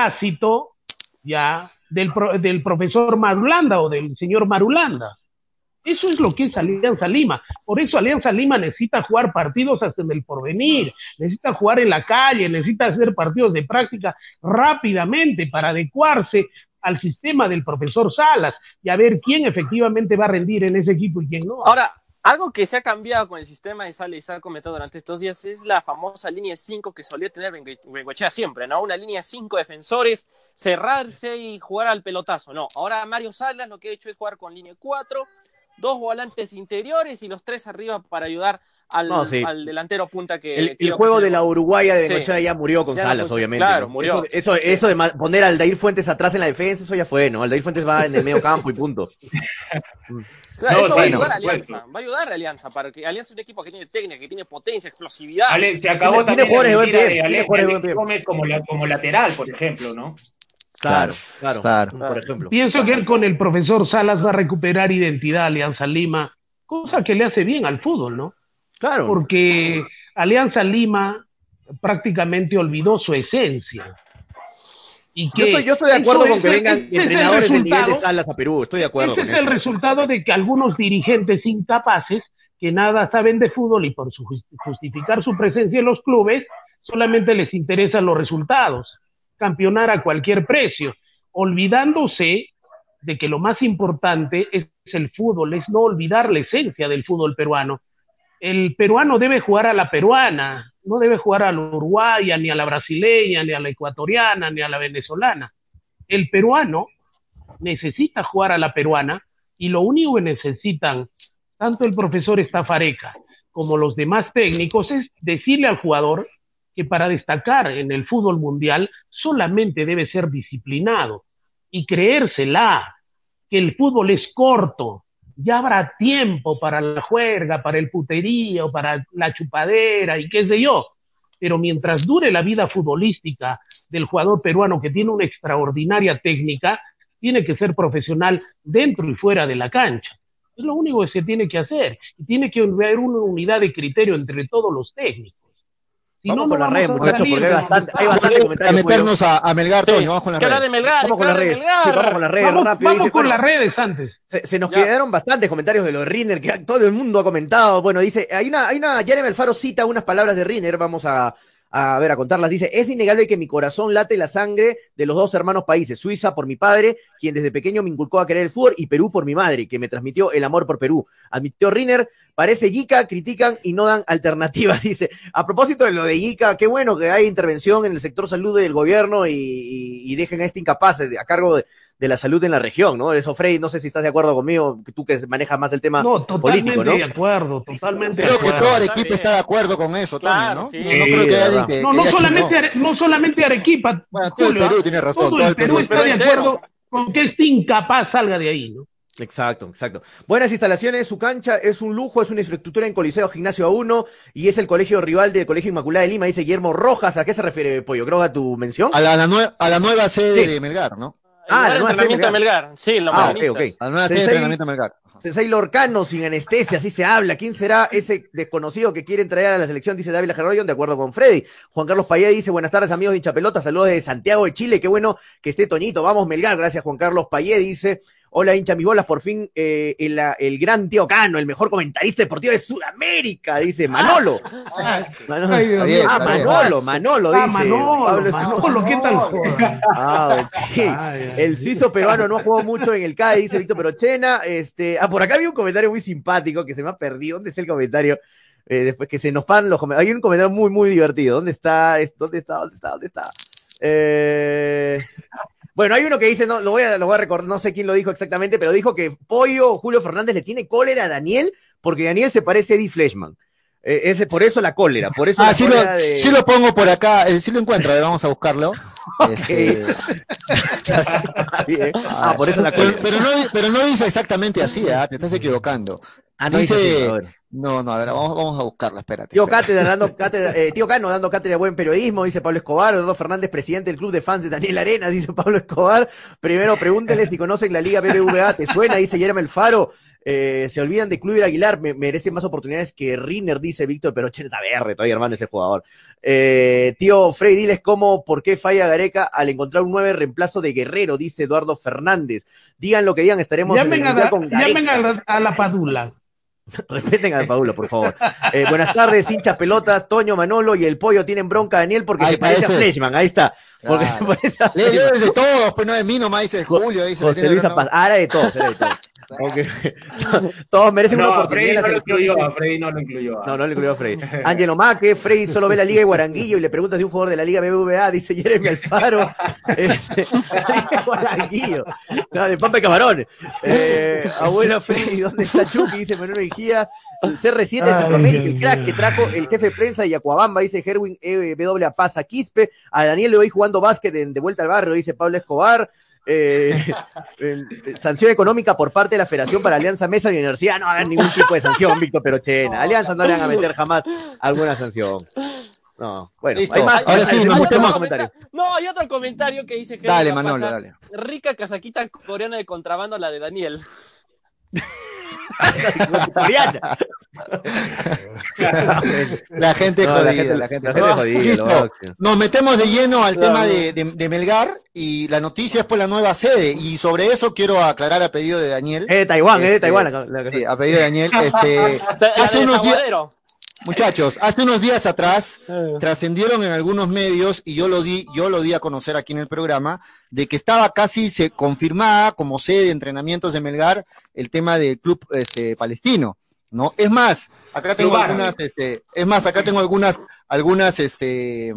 beneplácito ya del, pro, del profesor Marulanda o del señor Marulanda. Eso es lo que es Alianza Lima. Por eso Alianza Lima necesita jugar partidos hasta en el porvenir, necesita jugar en la calle, necesita hacer partidos de práctica rápidamente para adecuarse al sistema del profesor Salas y a ver quién efectivamente va a rendir en ese equipo y quién no. Ahora, algo que se ha cambiado con el sistema de Salas y se ha comentado durante estos días es la famosa línea cinco que solía tener Bengoechea siempre, ¿no? Una línea cinco defensores, cerrarse y jugar al pelotazo. No, ahora Mario Salas lo que ha hecho es jugar con línea cuatro, dos volantes interiores y los tres arriba para ayudar al, no, sí. al delantero punta que... El, el juego que de la Uruguaya de Bengoechea sí. ya murió con ya Salas, no obviamente. Claro, ¿no? murió. Eso, eso, eso de poner a Aldair Fuentes atrás en la defensa, eso ya fue, ¿no? Aldair Fuentes va en el medio campo y punto. Claro, no, eso va a ayudar a Alianza, va a ayudar a Alianza, para que Alianza es un equipo que tiene técnica, que tiene potencia, explosividad. Ale, se acabó tiene, también tiene la mentira de Ale, Alex Gómez como, la, como lateral, por ejemplo, ¿no? Claro, claro, claro, claro. Por ejemplo. Pienso que él con el profesor Salas va a recuperar identidad a Alianza Lima, cosa que le hace bien al fútbol, ¿no? Claro. Porque Alianza Lima prácticamente olvidó su esencia. Y que yo, estoy, yo estoy de acuerdo con que vengan entrenadores del nivel de Salas a Perú, estoy de acuerdo ese con es eso. El resultado de que algunos dirigentes incapaces, que nada saben de fútbol y por su justificar su presencia en los clubes, solamente les interesan los resultados, campeonar a cualquier precio, olvidándose de que lo más importante es el fútbol, es no olvidar la esencia del fútbol peruano. El peruano debe jugar a la peruana, no debe jugar a la uruguaya, ni a la brasileña, ni a la ecuatoriana, ni a la venezolana. El peruano necesita jugar a la peruana y lo único que necesitan tanto el profesor Estafareca como los demás técnicos es decirle al jugador que para destacar en el fútbol mundial solamente debe ser disciplinado y creérsela, que el fútbol es corto, ya habrá tiempo para la juerga, para el puterío, para la chupadera y qué sé yo, pero mientras dure la vida futbolística del jugador peruano que tiene una extraordinaria técnica, tiene que ser profesional dentro y fuera de la cancha. Es lo único que se tiene que hacer, y tiene que haber una unidad de criterio entre todos los técnicos. Si vamos no, con no las redes, muchachos, porque hay bastante, hay vamos bastante comentarios. A meternos a, a Melgar, Toño, sí. vamos con las ¿Qué redes. habla de Melgar? Vamos con las redes, sí, vamos con las redes, vamos, rápido. Vamos dice, con bueno, las redes antes. Se, se nos ya. quedaron bastantes comentarios de los Rinner, que todo el mundo ha comentado. Bueno, dice, hay una, hay una, Jeremy Alfaro cita unas palabras de Rinner, vamos a, a ver, a contarlas. Dice, es innegable que mi corazón late la sangre de los dos hermanos países, Suiza por mi padre, quien desde pequeño me inculcó a querer el fútbol, y Perú por mi madre, que me transmitió el amor por Perú. Admitió Rinner, parece Yica, critican y no dan alternativas, dice. A propósito de lo de Yica, qué bueno que hay intervención en el sector salud del gobierno y, y, y dejen a este incapaz a cargo de, de la salud en la región, ¿no? Eso, Frey, no sé si estás de acuerdo conmigo, que tú que manejas más el tema no, totalmente político, ¿no? de acuerdo, totalmente creo de acuerdo. que todo Arequipa está de acuerdo con eso, claro, Toño, ¿no? sí. No, no creo que alguien que, no, que no, haya solamente, no. Are, no solamente Arequipa, bueno, todo Julio, el Perú tiene razón, todo, todo el Perú, Perú está de acuerdo con que este incapaz salga de ahí, ¿no? Exacto, exacto. Buenas instalaciones, su cancha es un lujo, es una infraestructura en Coliseo Gimnasio A uno y es el colegio rival del Colegio Inmaculada de Lima, dice Guillermo Rojas. ¿A qué se refiere, Pollo? Creo que a tu mención. A la, a la, nue a la nueva sede sí. de Melgar, ¿no? Ah, el la nueva sede de Melgar. Melgar. Sí, los ah, okay, okay. A la nueva sede de entrenamiento de Melgar. Sensei Lorcano, sin anestesia, así se habla. ¿Quién será ese desconocido que quieren traer a la selección? Dice Dávila Gerroyon, de acuerdo con Freddy. Juan Carlos Payé dice, buenas tardes, amigos de Hinchapelota, saludos de Santiago de Chile, qué bueno que esté Toñito, vamos Melgar, gracias Juan Carlos Payé, dice, hola hincha mis bolas, por fin eh, el, el gran tío Cano, el mejor comentarista deportivo de Sudamérica, dice Manolo. Ah, Manolo, Ay, Dios mío. ah, Manolo, Manolo, Ah, dice. Manolo, Pablo Manolo, ¿qué tal joda? Ah, okay. Ay, El suizo peruano no ha jugado mucho en el C A E, dice Víctor Perochena. Este, ah, por acá había un comentario muy simpático que se me ha perdido. ¿Dónde está el comentario? Eh, después que se nos paran los comentarios. Hay un comentario muy, muy divertido. ¿Dónde está? ¿Dónde está? ¿Dónde está? ¿Dónde está? Eh... Bueno, hay uno que dice, no, lo voy a, lo voy a recordar, no sé quién lo dijo exactamente, pero dijo que Pollo Julio Fernández le tiene cólera a Daniel porque Daniel se parece a Eddie Fleshman. Eh, ese, por eso la cólera, por eso ah, la sí cólera lo, de... sí lo pongo por acá, eh, sí lo encuentro, a ver, vamos a buscarlo. Okay. Este... Bien. Ah, por eso la cólera. Pero, pero, no, pero no dice exactamente así, ¿eh? Te estás equivocando. Ah, no dice, dice así, No, no, a ver, vamos, vamos a buscarla, espérate. Tío espérate. Cátedra dando cátedra, eh, tío Cano dando cátedra de buen periodismo, dice Pablo Escobar. Eduardo Fernández, presidente del club de fans de Daniel Arenas, dice Pablo Escobar. Primero pregúntenle si conocen la Liga B B V A, ¿te suena? Dice Yerma El Faro. Eh, se olvidan de Kluivert Aguilar, me, merece más oportunidades que Rinner, dice Víctor, pero che, está verde todavía, hermano, ese jugador. Eh, tío Frey, diles cómo, por qué falla Gareca al encontrar un nueve reemplazo de Guerrero, dice Eduardo Fernández. Digan lo que digan, estaremos Llamen en el a, mundial la, con Gareca. llamen a, la, a la Padula. Respeten al Paulo, por favor. Eh, buenas tardes, hinchas pelotas, Toño, Manolo y el Pollo tienen bronca a Daniel porque Ahí se parece parece. a Fleshman, ahí está. Porque Claro. se parece a Lee, lee Fleshman. de todos, pues no de mí nomás, dice Julio. Dice, José tiene Luis razón. Zapaz, ah, era de todos, era de todos. Okay. Todos merecen No, una a oportunidad. Freddy en la no lo selección, incluyó, dice. a Freddy no lo incluyó. No, no le incluyó a Freddy. Ángelo Maque, Freddy solo ve la Liga de Guaranguillo y le preguntas de un jugador de la Liga B B V A, dice Jeremy Alfaro. Este, la Liga de Guaranguillo. No, de Pampa y Camarones. Eh, abuelo Freddy, ¿dónde está Chucky? Dice Manuel Mejía. El C R siete de Ay, Centroamérica, Dios el crack mío. que trajo el jefe de prensa y Acuabamba, dice Herwin E W a Paz a Quispe. A Daniel le voy jugando básquet en De Vuelta al Barrio, dice Pablo Escobar. Eh, eh, sanción económica por parte de la Federación para Alianza Mesa y Universidad. No hagan ningún tipo de sanción, Víctor Perochena. Alianza no le van a meter jamás alguna sanción. No, bueno, Listo. hay más. Ahora sí, hay nos más metemos. comentarios. No, hay otro comentario que dice que Dale, Manolo, dale. rica casaquita coreana de contrabando la de Daniel. Coreana. La gente No, jodida, la gente, la gente la gente jodida. Listo. lo boxeo. Nos metemos de lleno al No, tema no. de, de, de Melgar y la noticia es por la nueva sede y sobre eso quiero aclarar a pedido de Daniel. Es de Taiwán, es de Este, Taiwán. La, la- Sí, a pedido de Daniel. Este, La hace de unos días, Desaguadero. muchachos, hace unos días atrás Eh. trascendieron en algunos medios y yo lo di, yo lo di a conocer aquí en el programa de que estaba casi se confirmada como sede de entrenamientos de Melgar el tema del club este, palestino, ¿no? Es más, acá tengo Club algunas, árabe. este, es más, acá tengo algunas, algunas, este,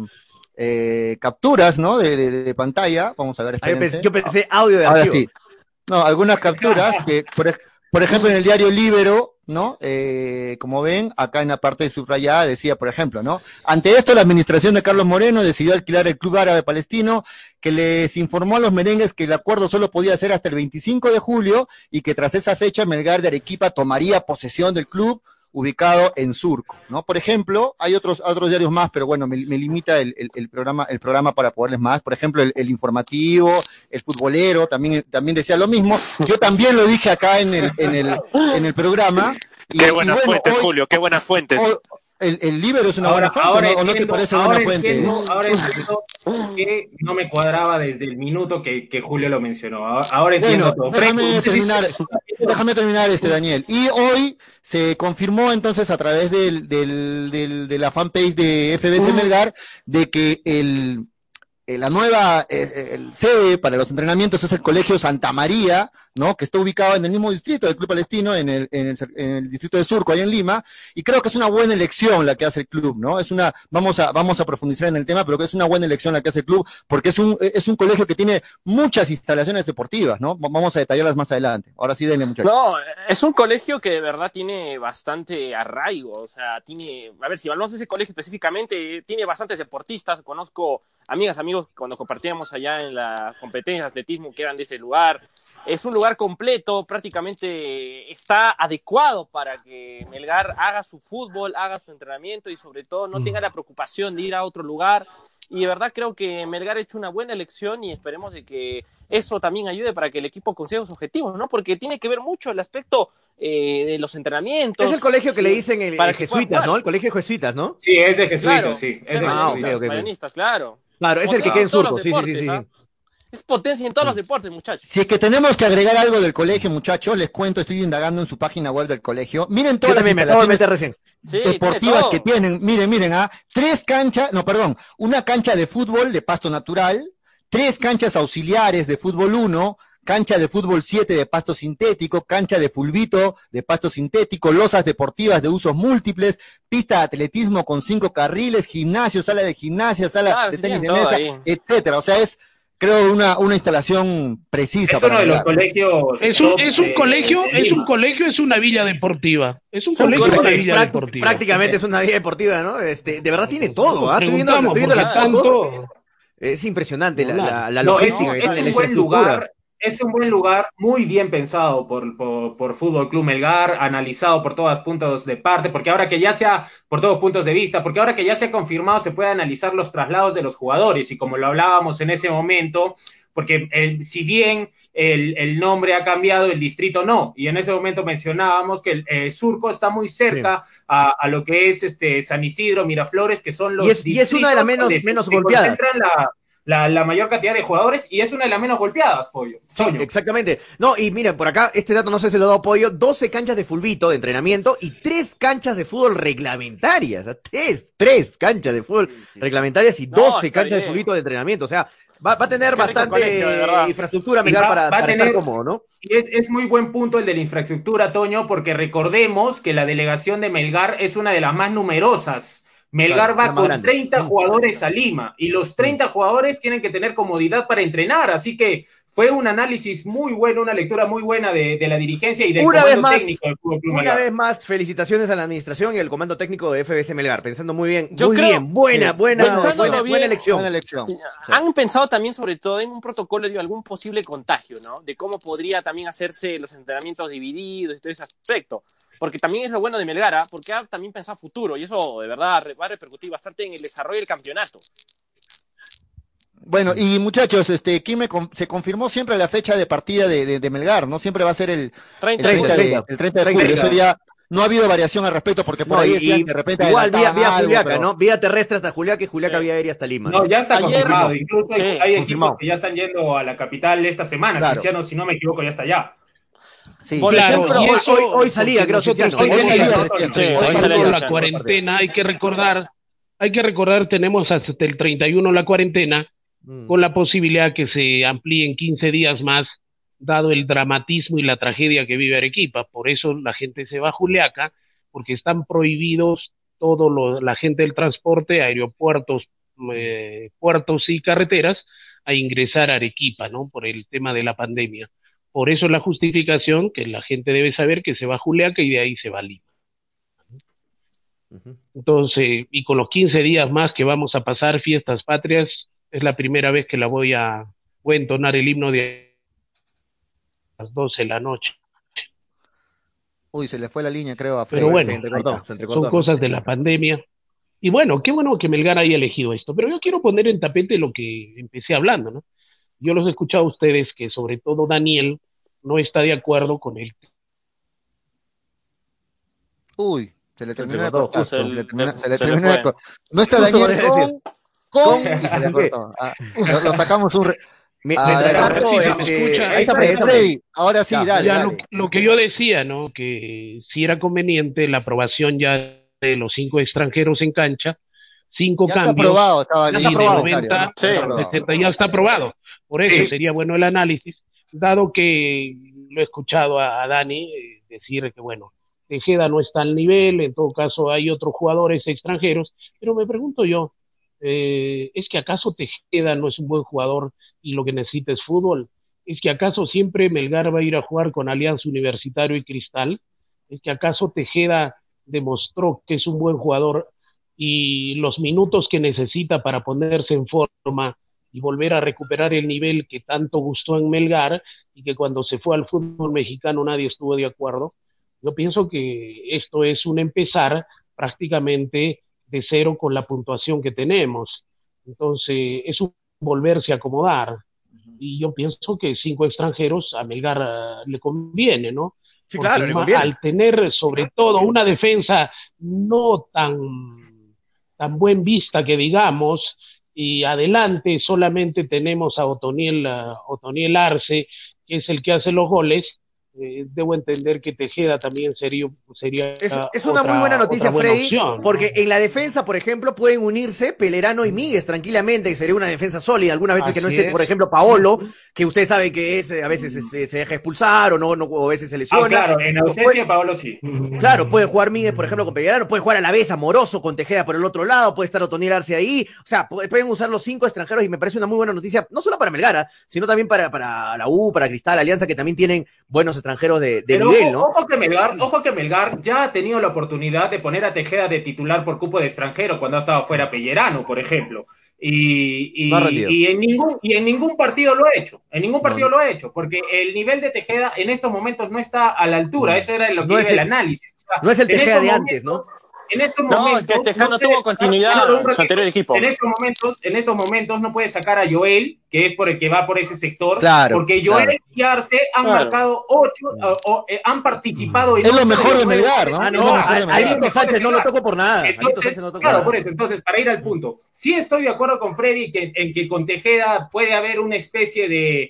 eh, capturas, ¿no? De, de, de pantalla. Vamos a ver. Ah, yo, espérense. pensé, yo pensé audio de Ahora archivo. sí. No, algunas capturas que, por, ej- por ejemplo, en el diario Libero, ¿no? Eh, como ven, acá en la parte subrayada decía, por ejemplo, ¿no? Ante esto, la administración de Carlos Moreno decidió alquilar el Club Árabe Palestino, que les informó a los merengues que el acuerdo solo podía ser hasta el veinticinco de julio y que tras esa fecha Melgar de Arequipa tomaría posesión del club ubicado en Surco, ¿no? Por ejemplo, hay otros, otros diarios más, pero bueno, me, me limita el, el, el programa, el programa para poderles más. Por ejemplo, el, el informativo, el futbolero, también, también decía lo mismo. Yo también lo dije acá en el, en el, en el programa. Y, Qué y buenas bueno, fuentes, hoy- Julio, qué buenas fuentes. hoy- el, el Libero es una Ahora, buena fuente, ahora ¿no? ¿O no te entiendo, parece ahora buena fuente? entiendo, ahora entiendo que no me cuadraba desde el minuto que, que Julio lo mencionó. Ahora, ahora entiendo Bueno, todo. déjame Freddy, terminar, déjame terminar este, Daniel. Y hoy se confirmó entonces a través del, del, del- de la fanpage de F B C Melgar de que el, eh, la nueva eh, el sede para los entrenamientos es el Colegio Santa María, ¿no? Que está ubicado en el mismo distrito del Club Palestino, en el, en el, en el distrito de Surco, ahí en Lima, y creo que es una buena elección la que hace el club, ¿no? Es una, vamos a, vamos a profundizar en el tema, pero que es una buena elección la que hace el club, porque es un, es un colegio que tiene muchas instalaciones deportivas, ¿no? Vamos a detallarlas más adelante. Ahora sí, denle, muchachos. No, es un colegio que de verdad tiene bastante arraigo, o sea, tiene, a ver, si hablamos de ese colegio específicamente, tiene bastantes deportistas, conozco amigas, amigos, cuando compartíamos allá en las competencias de atletismo que eran de ese lugar, es un lugar completo, prácticamente está adecuado para que Melgar haga su fútbol, haga su entrenamiento y sobre todo no tenga la preocupación de ir a otro lugar. Y de verdad creo que Melgar ha hecho una buena elección y esperemos de que eso también ayude para que el equipo consiga sus objetivos, ¿no? Porque tiene que ver mucho el aspecto eh, de los entrenamientos. Es el colegio que le dicen el, Para el que pueda jesuitas, jugar. ¿no? El colegio de jesuitas, ¿no? Sí, es de jesuitas, Claro, sí. Es ser de Ah, ok, jesuitas. ok, ok. marianistas, claro. Claro, es el que Potencia queda en en todos Surco, los sí, sí, sí, deportes, sí. ¿ah? Es potencia en todos los deportes, muchachos. Si es que tenemos que agregar algo del colegio, muchachos, les cuento, estoy indagando en su página web del colegio. Miren Yo todas las también me acabo de instalaciones meter recién. Sí, tiene deportivas todo. que tienen. Miren, miren, ah, tres canchas, no, perdón, una cancha de fútbol de pasto natural, tres canchas auxiliares de fútbol uno, cancha de fútbol siete de pasto sintético, cancha de fulbito de pasto sintético, losas deportivas de usos múltiples, pista de atletismo con cinco carriles, gimnasio, sala de gimnasia, sala Claro, de sí tenis de tienen todo mesa, ahí. etcétera. O sea, es, creo, una, una instalación precisa. Es uno para de los Melgar. colegios. Es un, top es un de- colegio, de es un Lima. colegio, es una villa deportiva. Es un Es un colegio, es una colegio, villa Prac- deportiva. prácticamente es una vida deportiva, ¿no? Este, de verdad tiene todo, ¿ah? Estoy viendo, Preguntamos, estoy viendo porque las están fotos. todos. Es impresionante la, Claro. la, la No, es, logística un- que es tiene, un la buen infraestructura. lugar. es un buen lugar, muy bien pensado por, por, por Fútbol Club Melgar, analizado por todos puntos de parte, porque ahora que ya sea, por todos puntos de vista, porque ahora que ya se ha confirmado, se puede analizar los traslados de los jugadores, y como lo hablábamos en ese momento, porque el, si bien el, el nombre ha cambiado, el distrito no, y en ese momento mencionábamos que el eh, Surco está muy cerca sí. a, a lo que es este San Isidro, Miraflores, que son los y es, y es una de las menos, menos golpeadas. La, La, la mayor cantidad de jugadores y es una de las menos golpeadas, Pollo. Sí, exactamente. No, y miren, por acá, este dato no sé si lo he dado Pollo, doce canchas de fulbito de entrenamiento y tres canchas de fútbol reglamentarias. O sea, tres, tres canchas de fútbol sí, sí. reglamentarias y doce no, canchas bien. de fulbito de entrenamiento. O sea, va, va a tener Qué bastante colegio, infraestructura Melgar va, para, va para tener, estar cómodo, ¿no? Y es, es muy buen punto el de la infraestructura, Toño, porque recordemos que la delegación de Melgar es una de las más numerosas. Melgar claro, va con grande. treinta jugadores a Lima y los treinta jugadores tienen que tener comodidad para entrenar, así que fue un análisis muy bueno, una lectura muy buena de, de la dirigencia y del una comando más, técnico del Club Una Melgar. vez más, felicitaciones a la administración y al comando técnico de F B C Melgar, pensando muy bien, Yo muy creo, bien, buena, sí, buena, buena, buena, bien, buena elección. Buena elección. Sí. Han pensado también sobre todo en un protocolo de algún posible contagio, ¿no? De cómo podría también hacerse los entrenamientos divididos y todo ese aspecto. Porque también es lo bueno de Melgar, ¿eh? Porque ha también pensado futuro y eso de verdad va a repercutir bastante en el desarrollo del campeonato. Bueno, y muchachos, este, aquí me con, se confirmó siempre la fecha de partida de, de, de Melgar, ¿no? Siempre va a ser el treinta, el treinta, de, el treinta de julio, eso ya no ha habido variación al respecto, porque por no, ahí decían que de repente igual vía, vía algo, Juliaca, pero... ¿no? Vía terrestre hasta Juliaca y Juliaca sí. vía aérea hasta Lima. No, ¿no? ya está Ayer, confirmado, no. incluso sí. hay, hay confirmado. equipos que ya están yendo a la capital esta semana, claro. Cienciano, si no me equivoco, ya está allá. Sí, por claro, ejemplo, hoy, hoy, hoy salía, creo, Cienciano. Hoy salía, por la cuarentena, hay que recordar, hay que recordar, tenemos hasta el treinta y uno la cuarentena, mm. con la posibilidad que se amplíen quince días más, dado el dramatismo y la tragedia que vive Arequipa. Por eso la gente se va a Juliaca, porque están prohibidos todo lo, la gente del transporte, aeropuertos, eh, puertos y carreteras, a ingresar a Arequipa, ¿no? Por el tema de la pandemia. Por eso la justificación que la gente debe saber que se va a Juliaca y de ahí se va a Lima. Uh-huh. Entonces, y con los quince días más que vamos a pasar fiestas patrias, es la primera vez que la voy a, voy a entonar el himno de las doce de la noche. Uy, se le fue la línea, creo, a Freddy. Pero bueno, se entrecortó, se entrecortó, son cosas de la pandemia. Y bueno, qué bueno que Melgar haya elegido esto. Pero yo quiero poner en tapete lo que empecé hablando, ¿no? Yo los he escuchado a ustedes que sobre todo Daniel no está de acuerdo con él. Uy, se le terminó de cortó, cortar. Se, se le terminó, se le se terminó le de cortar. No está Daniel con, con y se le cortó. Ah, lo, lo sacamos un... Re... Me, ah, tanto, sí, este, ahí está Freddy. Ahora sí, ya, dale, ya dale. Lo, lo que yo decía, ¿no? Que si era conveniente la aprobación ya de los cinco extranjeros en cancha, cinco ya cambios. Está aprobado, estaba ya está aprobado, noventa, sí, sesenta, ya está aprobado. Por eso sí. Sería bueno el análisis, dado que lo he escuchado a, a Dani eh, decir que, bueno, Tejeda no está al nivel, en todo caso hay otros jugadores extranjeros, pero me pregunto yo, eh, ¿es que acaso Tejeda no es un buen jugador y lo que necesita es fútbol? ¿Es que acaso siempre Melgar va a ir a jugar con Alianza Universitario y Cristal? ¿Es que acaso Tejeda demostró que es un buen jugador y los minutos que necesita para ponerse en forma y volver a recuperar el nivel que tanto gustó en Melgar y que cuando se fue al fútbol mexicano nadie estuvo de acuerdo? Yo pienso que esto es un empezar prácticamente de cero con la puntuación que tenemos. Entonces, es un volverse a acomodar. Y yo pienso que cinco extranjeros a Melgar uh, le conviene, ¿no? Sí, porque claro, le conviene. Al tener sobre todo una defensa no tan, tan buen vista que digamos, y adelante solamente tenemos a Otoniel, uh, Otoniel Arce, que es el que hace los goles, eh, debo entender que Tejeda también sería, sería es, es una otra, muy buena noticia, buena Freddy, opción, porque ¿no? En la defensa, por ejemplo, pueden unirse Pelerano y Míguez tranquilamente, que sería una defensa sólida, algunas veces Así que no esté, es. Por ejemplo, Paolo, que usted sabe que es, a veces se, se deja expulsar o no, no o a veces se lesiona. Ah, claro, en ausencia de Paolo sí. Claro, puede jugar Míguez, por ejemplo, con Pelerano, puede jugar a la vez Amoroso con Tejeda por el otro lado, puede estar Otoniel Arce ahí, o sea, pueden usar los cinco extranjeros y me parece una muy buena noticia, no solo para Melgar, sino también para, para la U, para Cristal, Alianza, que también tienen buenos extranjeros de, de nivel, ¿no? Ojo que, Melgar, ojo que Melgar ya ha tenido la oportunidad de poner a Tejeda de titular por cupo de extranjero cuando ha estado fuera Pellerano, por ejemplo. Y, y, No ha rendido. y, en ningún, y en ningún partido lo ha hecho, en ningún partido No. lo ha hecho, porque el nivel de Tejeda en estos momentos no está a la altura, eso era lo que No iba es el de- análisis. O sea, No es el en Tejeda estos de momentos- antes, ¿no? En estos No, momentos es que Tejada no puedes tuvo sacar- continuidad espérate un en su ratito. anterior equipo. En estos momentos, en estos momentos no puedes sacar a Joel, que es por el que va por ese sector, Claro, porque Joel claro. y Arce han Claro. marcado ocho, o, o, eh, han participado en Es lo ocho mejor los de nueve Melgar, goles. ¿no? Ah, Es no, lo mejor de a- Melgar. Alito Sánchez no lo toco por nada. Alito Entonces, Sánchez no lo toco claro, por por nada. eso, entonces, para ir al punto, sí estoy de acuerdo con Freddy que, en que con Tejeda puede haber una especie de,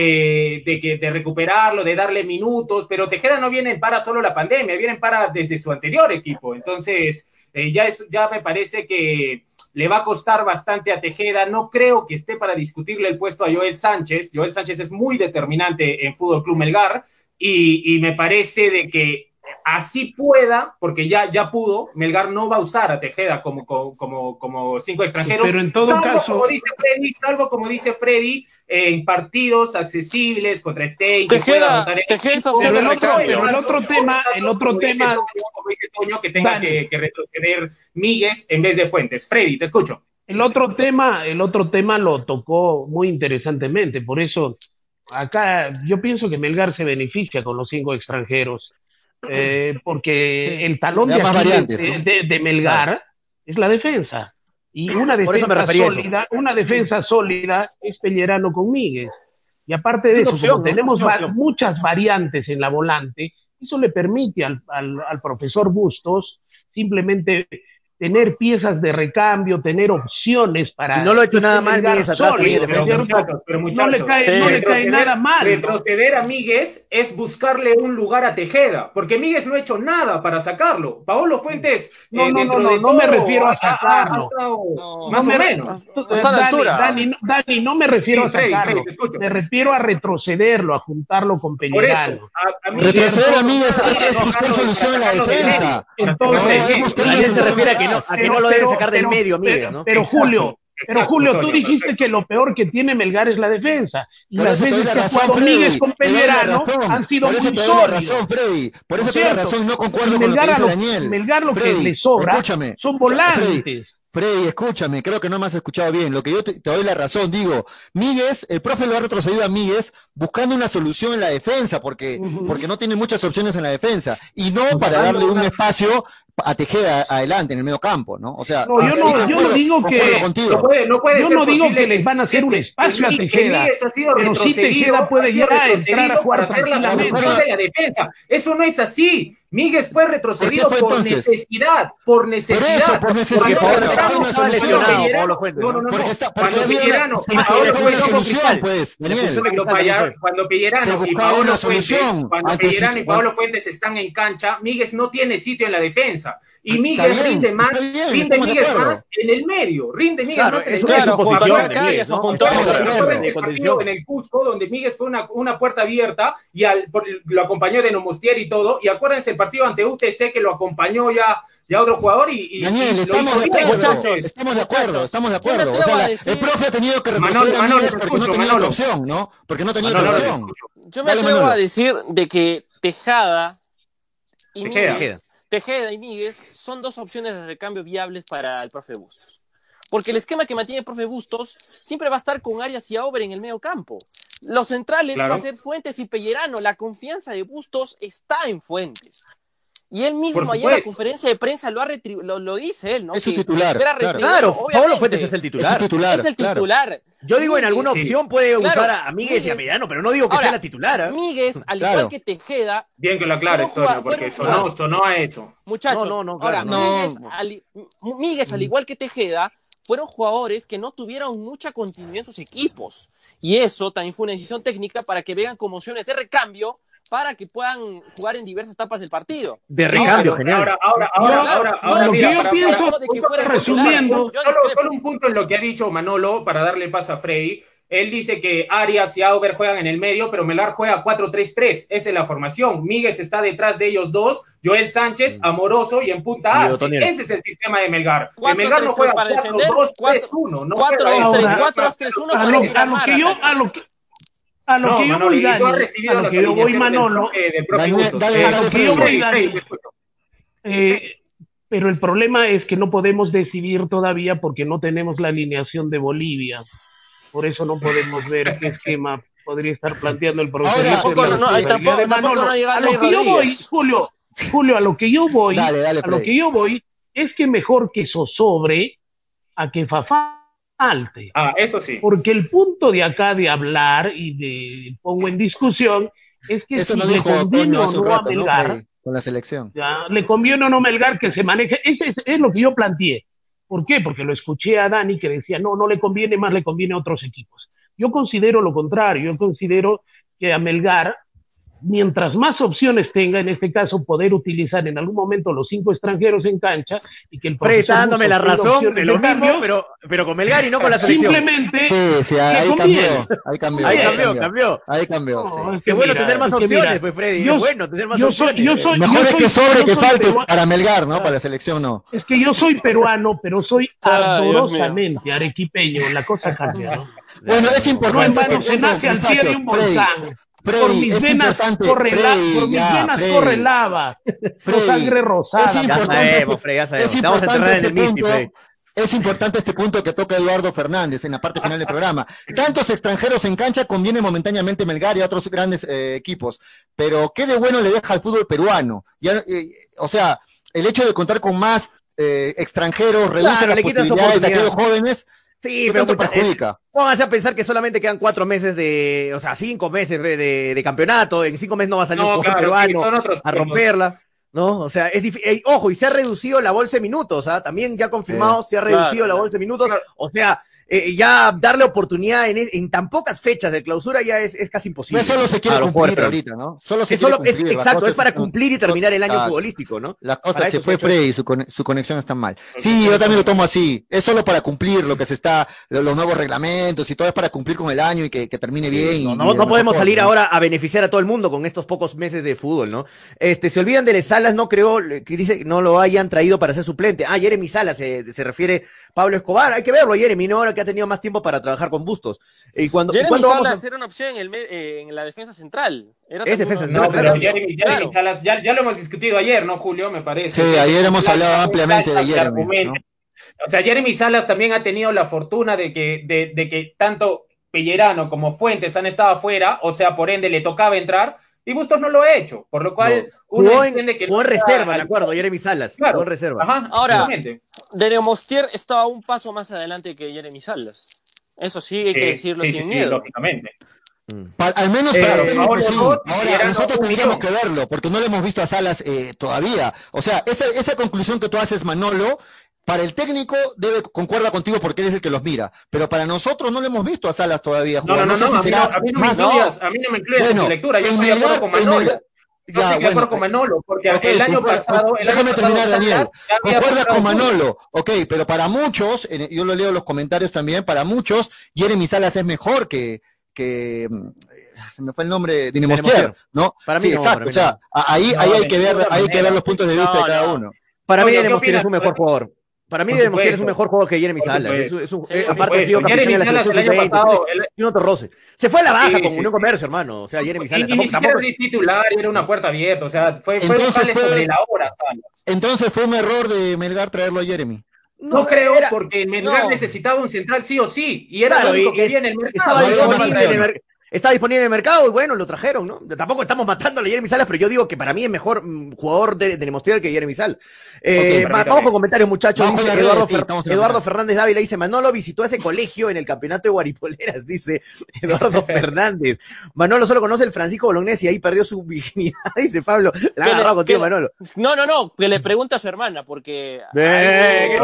de, de, que, de recuperarlo, de darle minutos, pero Tejeda no viene para solo la pandemia, viene para desde su anterior equipo, entonces eh, ya, es, ya me parece que le va a costar bastante a Tejeda, no creo que esté para discutirle el puesto a Joel Sánchez, Joel Sánchez es muy determinante en Fútbol Club Melgar, y, y me parece de que así pueda, porque ya, ya pudo, Melgar no va a usar a Tejeda como, como, como, como cinco extranjeros, Pero en todo salvo, caso- como dice Freddy, salvo como dice Freddy, en partidos accesibles contra Stein, que Tejeda- pueda rotar el Tejeda es equipo. opción Pero de el otro, recambio. pero el otro tema, el otro Como dice tema, Toño, como dice Toño, que tenga Dani. que, que retroceder Míguez en vez de Fuentes. Freddy, te escucho. el otro tema, el otro tema lo tocó muy interesantemente, por eso acá yo pienso que Melgar se beneficia con los cinco extranjeros, eh, porque Sí. el talón Le de da más Aquiles variantes, de, ¿no? de- de Melgar es la defensa. Y una Por eso me defensa refería a eso. sólida, una defensa sólida es Pellerano con Míguez. Y aparte de Es una eso, opción, como ¿no? tenemos Es una va- opción. muchas variantes en la volante, eso le permite al, al, al profesor Bustos simplemente tener piezas de recambio, tener opciones para... Y no lo ha hecho que nada esté mal Melgar Míguez atrás también sólido, en Pero defensa. ¿no es cierto? muchachos, pero No muchachos, le cae, Sí. no le cae retroceder- nada mal, ¿no? Retroceder a Míguez es buscarle un lugar a Tejeda, porque Míguez no ha hecho nada para sacarlo. Paolo Fuentes, No, eh, no, dentro no, de no, no todo, me refiero a ha- ha- ha sacarlo. estado No. más No o me- menos. Hasta está a la Dani, altura. Dani, no- Dani, no me refiero Sí, a Freddy, sacarlo, Freddy, te escucho. me refiero a retrocederlo, a juntarlo con Por Pellerano. eso, a, a mí Retroceder a Míguez nada es, para es buscar sacarlo- solución en la para sacarlo de defensa. medio, para Entonces, sacarlo de No, es medio. buscar Daniel se solución refiere a que no, atrás. a que no lo debe sacar del medio a Míguez, pero, ¿no? pero Exacto, Julio, pero exacto, Julio, tú Antonio, dijiste perfecto. que lo peor que tiene Melgar es la defensa. Y Por las eso te doy veces la que ha razón, jugado Freddy. Míguez con Te doy la Pellerano razón. han sido Por eso muy te doy la sólidos. razón, Freddy. Por ¿No eso es te doy la cierto? razón. No concuerdo Y con lo que Melgar a dice lo- Daniel. Melgar lo que Freddy, le sobra escúchame. son volantes. Freddy, Freddy, escúchame, creo que no me has escuchado bien. Lo que yo te, te doy la razón, digo, Míguez, el profe lo ha retrocedido a Míguez buscando una solución en la defensa, porque, Ujú. porque no tiene muchas opciones en la defensa, y no para Buscando darle un una- espacio a Tejeda adelante en el medio campo, ¿no? O sea, No, yo sí, no- yo concuerdo- no digo que- concuerdo contigo. No puede, no puede Yo ser no digo posible que les van a hacer un que- espacio a que Tejeda, Míguez ha sido pero sí retrocedido, Tejeda puede ha sido ya retrocedido entrar a jugar para hacer la tranquilamente. solución de la defensa. Eso no es así. Míguez fue retrocedido fue por entonces? necesidad, por necesidad. Por eso, por necesidad, Cuando porque Pellerano- Paolo estaba cuando lesionado, Pellerano- Paolo Fuentes, No, no, ¿no? no, Porque no. está- porque Cuando había una- Pellerano se y buscaba Paolo una Fuentes- solución, pues, La Daniel. función de cuando, Cristal también Paya- fue. cuando Se Pellerano y buscaba Paolo una Fuentes, solución cuando antes Pellerano que- y Paolo Fuentes están en cancha, Míguez no tiene sitio en la defensa. Y Está Míguez bien, rinde más, está bien, rinde estamos de Míguez acuerdo. más en el medio, rinde Míguez Claro, más en es el su- medio. es su Claro, posición acá de ya Míguez, son ¿no? puntuales. Estamos de Recuerden acuerdo. que el De partido contención. en el Cusco, donde Míguez fue una, una puerta abierta y al, por- lo acompañó de Nomostier y todo. Y acuérdense el partido ante U T C que lo acompañó ya, ya otro jugador y, y- Daniel, y lo estamos hizo de bien. acuerdo, muchachos, estamos de acuerdo, muchachos. estamos de Yo me acuerdo. O atrevo sea, a la- decir- el profe ha tenido que retroceder Manolo, a Manolo, Míguez te porque no escucho, tenía Manolo. otra opción, ¿no? Porque no tenía Manolo, otra te opción. escucho. Yo me Dale, atrevo Manolo. a decir de que Tejada y Tejeda. Míguez, Tejeda y Míguez son dos opciones de recambio viables para el profe Bustos. Porque el esquema que mantiene el profe Bustos siempre va a estar con Arias y Auber en el medio campo. Los centrales Claro. va a ser Fuentes y Pellerano. La confianza de Bustos está en Fuentes. Y él mismo Por ayer en la supuesto. conferencia de prensa lo, ha retri- lo, lo dice él, ¿no? Es su Que titular, espera claro. retribuirlo, Claro, Paolo obviamente. Fuentes es el Es su titular. titular. Es el claro. titular. Yo digo en alguna Míguez, opción puede Claro, usar a, a Míguez y a Míguez. Mediano, pero no digo que Ahora, sea la titular. ¿eh? Míguez, al Claro. igual que Tejeda, Bien que lo aclares, Fueron Toño, jugad- porque fueron sonó, jugad- sonó a eso. muchachos, No, no, no, claro, ahora, no. Míguez, al, Míguez, al igual que Tejeda, fueron jugadores que no tuvieron mucha continuidad en sus equipos. Y eso también fue una decisión técnica para que vengan como opciones de recambio para que puedan jugar en diversas etapas del partido. De No, recambio, pero genial. Ahora, ahora, ahora, Yo- ahora, no, ahora, lo que mira, yo para- pienso, para- de que fuera resumiendo, titular. Yo Solo, discrepo. solo un punto en lo que ha dicho Manolo para darle paso a Freddy. Él dice que Arias y Auber juegan en el medio, pero Melgar juega cuatro tres tres. Esa es la formación. Míguez está detrás de ellos dos, Joel Sánchez, Amoroso y en punta Y Arce. Otoniel. Ese es el sistema de Melgar. El cuatro Melgar tres no juega tres para cuatro defender, dos tres cuatro- uno. No cuatro juega dos eso. tres, cuatro dos tres uno A para lo, tirar a lo más que yo, ataque. a lo que, a lo No, que yo Manolo, voy, y tú has Dani, recibido a lo las que yo voy, alineaciones del Manolo, profe- del profe Daniel, Bustos. dale, Eh, dale, a lo que Freddy. yo voy, Freddy. Freddy, te escucho. eh, pero el problema es que no podemos decidir todavía porque no tenemos la alineación de Bolivia. Por eso no podemos ver qué esquema podría estar planteando el profesor. Ahora, Tampoco, no, y tampoco, tampoco no llega a Ley lo que yo voy, Rodríguez. Julio, Julio, a lo que yo voy, Dale, dale, a lo Freddy. que yo voy, es que mejor que zozobre a que falte. Ah, eso sí. Porque el punto de acá de hablar y de pongo en discusión es que Eso si nos le dijo conviene Toño o hace un no a rato, ¿no, Melgar, Freddy? Con la selección. ya, le conviene o no a Melgar que se maneje. Ese es, es lo que yo planteé. ¿Por qué? Porque lo escuché a Dani que decía, no, no le conviene más, le conviene a otros equipos. Yo considero lo contrario, yo considero que a Melgar, mientras más opciones tenga, en este caso, poder utilizar en algún momento los cinco extranjeros en cancha y que el Freddy está profesor dándome la Bustos tenga razón opciones de lo de mismo, cambios, pero, pero con Melgar y no con la selección. simplemente Sí, sí, le ahí conviene. cambió. Ahí cambió. Ahí ahí cambió, cambió. Ahí cambió, No, sí. es Qué que bueno mira, tener más es que opciones, mira, pues Freddy. yo- Es bueno tener más yo soy- opciones. yo soy- Mejor yo es que soy- sobre yo que soy falte peruano. para Melgar, ¿no? Para la selección no. Es que yo soy peruano, pero soy Ay, Dios mío. ardorosamente arequipeño, la cosa cambia, ¿no? Bueno, es No en importante vano este se punto, nace al pie de un muchachos. Freddy, volcán. Por Freddy, mis es venas importante. corre la- Freddy, por mis ya, venas Freddy. corre lava, por Freddy, sangre rosada. es Ya importante sabemos, este- Freddy, ya sabemos. es Te vamos a importante enterrar en el este Misti, punto. Freddy. Es importante este punto que toca Eduardo Fernández en la parte final del programa. Tantos extranjeros en cancha conviene momentáneamente Melgar y a otros grandes eh, equipos, pero ¿qué de bueno le deja al fútbol peruano? Ya, eh, o sea, el hecho de contar con más eh, extranjeros reduce Claro, las le quitas posibilidades de oportunidad. aquellos jóvenes. Sí, ¿Qué pero tanto mucha- perjudica? pónganse a pensar que solamente quedan cuatro meses de, o sea, cinco meses de, de, de campeonato. En cinco meses no va a salir No, un jugador claro, sí, peruano son otros a puntos. romperla, ¿no? O sea, es difícil. Ojo, y se ha reducido la bolsa de minutos, ¿ah? También ya confirmado, se ha reducido Claro, la claro. bolsa de minutos. Claro. O sea, eh, ya darle oportunidad en, es- en tan pocas fechas de clausura ya es, es casi No imposible. solo se quiere A los cumplir jugadores. ahorita, ¿no? Solo se Es quiere solo, es, cumplir. las exacto, es cosas para están- cumplir y terminar el año Exacto. futbolístico, ¿no? Las Para cosas se eso fue fue- Freddy, su, con- su conexión está mal. Sí, yo también lo tomo así. Es solo para cumplir lo que se está, lo- los nuevos reglamentos y todo es para cumplir con el año y que, que termine bien. No, y- no, y de no la podemos mejor salir forma, ¿no? ahora a beneficiar a todo el mundo con estos pocos meses de fútbol, ¿no? Este, se olvidan de Les Salas, no creo que dice que no lo hayan traído para ser suplente. Ah, Jeremy Salas, se, se refiere Pablo Escobar. Hay que verlo, Jeremy, ¿no? Ahora que ha tenido más tiempo para trabajar con Bustos. ¿Y cuando, ¿y Jeremy cuándo vamos Salas a...? era una opción en, el, me- eh, en la defensa central. Era Es también defensa una- central, No, pero claro. Jeremy, Jeremy Claro. Salas, ya, ya lo hemos discutido ayer, ¿no, Julio? Me parece. Sí, ayer hemos Plancha, hablado ampliamente de plancha, Jeremy, argumenta. ¿no? O sea, Jeremy Salas también ha tenido la fortuna de que, de, de que tanto Pellerano como Fuentes han estado afuera, o sea, por ende le tocaba entrar, y Bustos no lo ha hecho, por lo cual uno Jugó en, entiende que... jugó en no está reserva, me al- acuerdo, Jeremy Salas. Claro. Jugó en reserva. Ajá, Ahora, exactamente. Denemostier estaba un paso más adelante que Jeremy Salas. Eso sí, hay que Sí, decirlo sí, sin sí, sí, miedo. lógicamente. Pa- al menos Eh, para el técnico Paolo sí. Rossi, Ahora, Pellerano, nosotros un tendríamos millón. que verlo, porque no le hemos visto a Salas eh, todavía. O sea, esa, esa conclusión que tú haces, Manolo, para el técnico debe concuerda contigo porque eres el que los mira, pero para nosotros no le hemos visto a Salas todavía No, jugar. no, no, sé no, si a mí será no, a mí no me más- incluyas, a mí no me incluyas en Bueno, tu lectura, yo en estoy de acuerdo Melgar- con en Manolo. Melgar- Yo ya, estoy de acuerdo bueno, con Manolo, porque ok, el año concuerdo, pasado, el déjame año terminar, pasado Daniel. Salas ya había Concuerdas con mostrado fútbol. Manolo, ok, pero para muchos, en- yo lo leo en los comentarios también, para muchos, Jeremy Salas es mejor que, que mm, se me fue el nombre, Dinemostier, Dinemostier. ¿no? Para mí sí, no, exacto, para mí o sea, no. a- ahí, No, ahí hay de que ver, ninguna hay que ver manera. los puntos de No, vista de cada no. uno. Para mí Oye, ¿qué Denemostier es un opinas? mejor jugador. Para mí Por Denemostier es un supuesto. mejor jugador que Jeremy Por Salas. supuesto. Es, es un, Sí, eh, por aparte ha supuesto. sido capitán Jeremy de la Salas selección el año sub veinte, pasado, tiene, el- tiene otro roce. Se fue a la baja Sí, con sí, Unión sí. Comercio, hermano. O sea, Jeremy Y, Salas. y ni Tampoco, siquiera tampoco- es titular, era una puerta abierta, o sea, fue, fue un Entonces jale fue- sobre la hora, Salas. Entonces fue un error de Melgar traerlo a Jeremy. No, creo, era- porque Melgar no. necesitaba un central sí o sí, y era Claro, lo único y- que y- había en el mercado. Estaba No había más disponible, en el opciones. mer- estaba disponible en el mercado y bueno, lo trajeron, ¿no? Tampoco estamos matándole a Jeremy Salas, pero yo digo que para mí es mejor mm, jugador de, de Denemostier que Jeremy Salas. Eh, Ok, va- vamos permítame. con comentarios, muchachos. Vamos Dice con las Eduardo, redes, sí, Fer- estamos en las Eduardo redes. Fernández Dávila dice, Manolo visitó ese colegio en el campeonato de Guaripoleras, dice Eduardo Fernández. Manolo solo conoce el Francisco Bolognesi y ahí perdió su virginidad, dice Pablo. Se la Que ha le- agarrado contigo, que le- Manolo. No, no, no, que le pregunte a su hermana, porque... Ve, Ay, que no.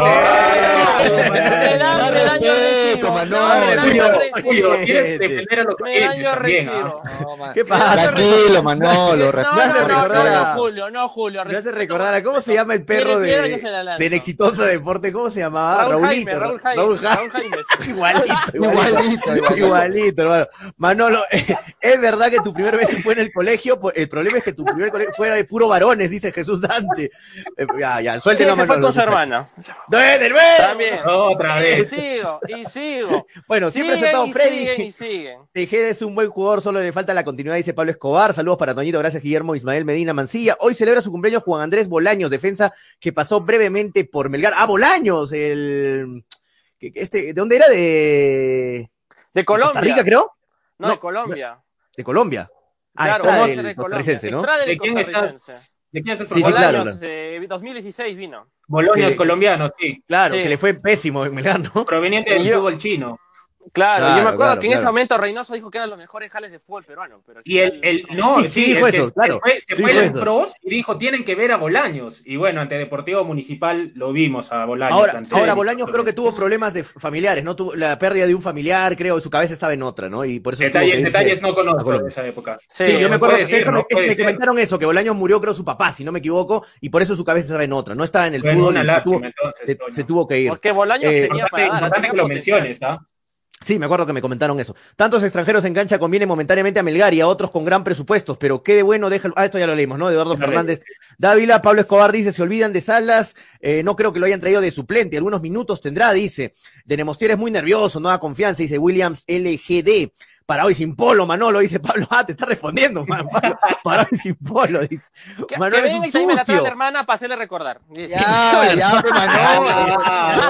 se- Me da- me daño respeto, recibo. Manolo. No, me daño Julio, recibo. Julio, quieres defender a los Me oyentes daño también, recibo. ¿ah? No, man. ¿Qué pasa? Tranquilo, Manolo. No, respeto, me hace no, no, recordar no, a- no, Julio, no, Julio. Me hace respeto, recordar a cómo se respeto. llama el perro Tiene piedra que de, se la lanzo. del exitoso deporte, ¿cómo se llamaba? Raúl Raulito. Jaime, Raúl Jaime, Raúl Jaime. Raúl Jaime. Igualito, igualito, Igualito, igualito. igualito, hermano. Manolo, eh, Es verdad que tu primer beso fue en el colegio, el problema es que tu primer colegio fue de puro varones, dice Jesús Dante. Eh, ya, ya, suéltelo. Sí, se fue con su hermana. ¡No, de nuevo! También. Otra vez. Y sigo, y sigo. Bueno, siempre siguen, ha estado y Freddy. siguen, y siguen. Tejeda es un buen jugador, solo le falta la continuidad, dice Pablo Escobar. Saludos para Toñito, gracias Guillermo Ismael Medina Mancilla. Hoy celebra su cumpleaños Juan Andrés Bolaños, defensa que pasó brevemente por Melgar. Ah, Bolaños, el... Este, ¿de dónde era? De... De Colombia. ¿Costa Rica, creo? No, no, de Colombia. De Colombia. Ah, claro, Estrada, el de Colombia. ¿No? Estrada, ¿De quién estás? ¿De quién estás? Sí, sí, claro, claro. Eh, dos mil dieciséis vino. Boloños que, colombianos, sí. Claro, sí. que le fue pésimo en Melgar, ¿no? Proveniente del yo, fútbol chino. Claro, claro, yo me acuerdo claro, que en claro. ese momento Reynoso dijo que eran los mejores jales de fútbol peruano. Pero y el, el, no, sí, sí, sí dijo es que eso, claro. se fue, se sí, fue el eso. pros y dijo, tienen que ver a Bolaños. Y bueno, ante Deportivo Municipal lo vimos a Bolaños. Ahora, ante ahora él. Bolaños creo que tuvo problemas de familiares, ¿no? Tuvo la pérdida de un familiar, creo, y su cabeza estaba en otra, ¿no? Y por eso Detalles, tuvo que irse detalles no a conozco Colombia. de esa época. Sí, sí yo me acuerdo que ser, eso, no es, me ser. comentaron eso, que Bolaños murió, creo, su papá, si no me equivoco, y por eso su cabeza estaba en otra. No estaba en el Bueno, fútbol. una y lástima, se, tuvo, entonces, se, se tuvo que ir. Porque Bolaños Eh, tenía Importante, para dar, importante tenía que lo potencial. menciones, ¿ah? Sí, me acuerdo que me comentaron eso. Tantos extranjeros en cancha conviene momentáneamente a Melgar y a otros con gran presupuestos, pero qué de bueno deja... Ah, esto ya lo leímos, ¿no? Eduardo Fernández Dávila, Pablo Escobar dice, se olvidan de Salas, eh, no creo que lo hayan traído de suplente, algunos minutos tendrá, dice. De Nemostier es muy nervioso, no da confianza, dice Williams L G D. Para hoy sin polo, Manolo, dice Pablo. Ah, te está respondiendo, man, Pablo. Para hoy sin polo, dice. Que, Manolo que es venga un y también me la trae sucio. la hermana para hacerle recordar. Dice. Ya, ya, pues, Manolo.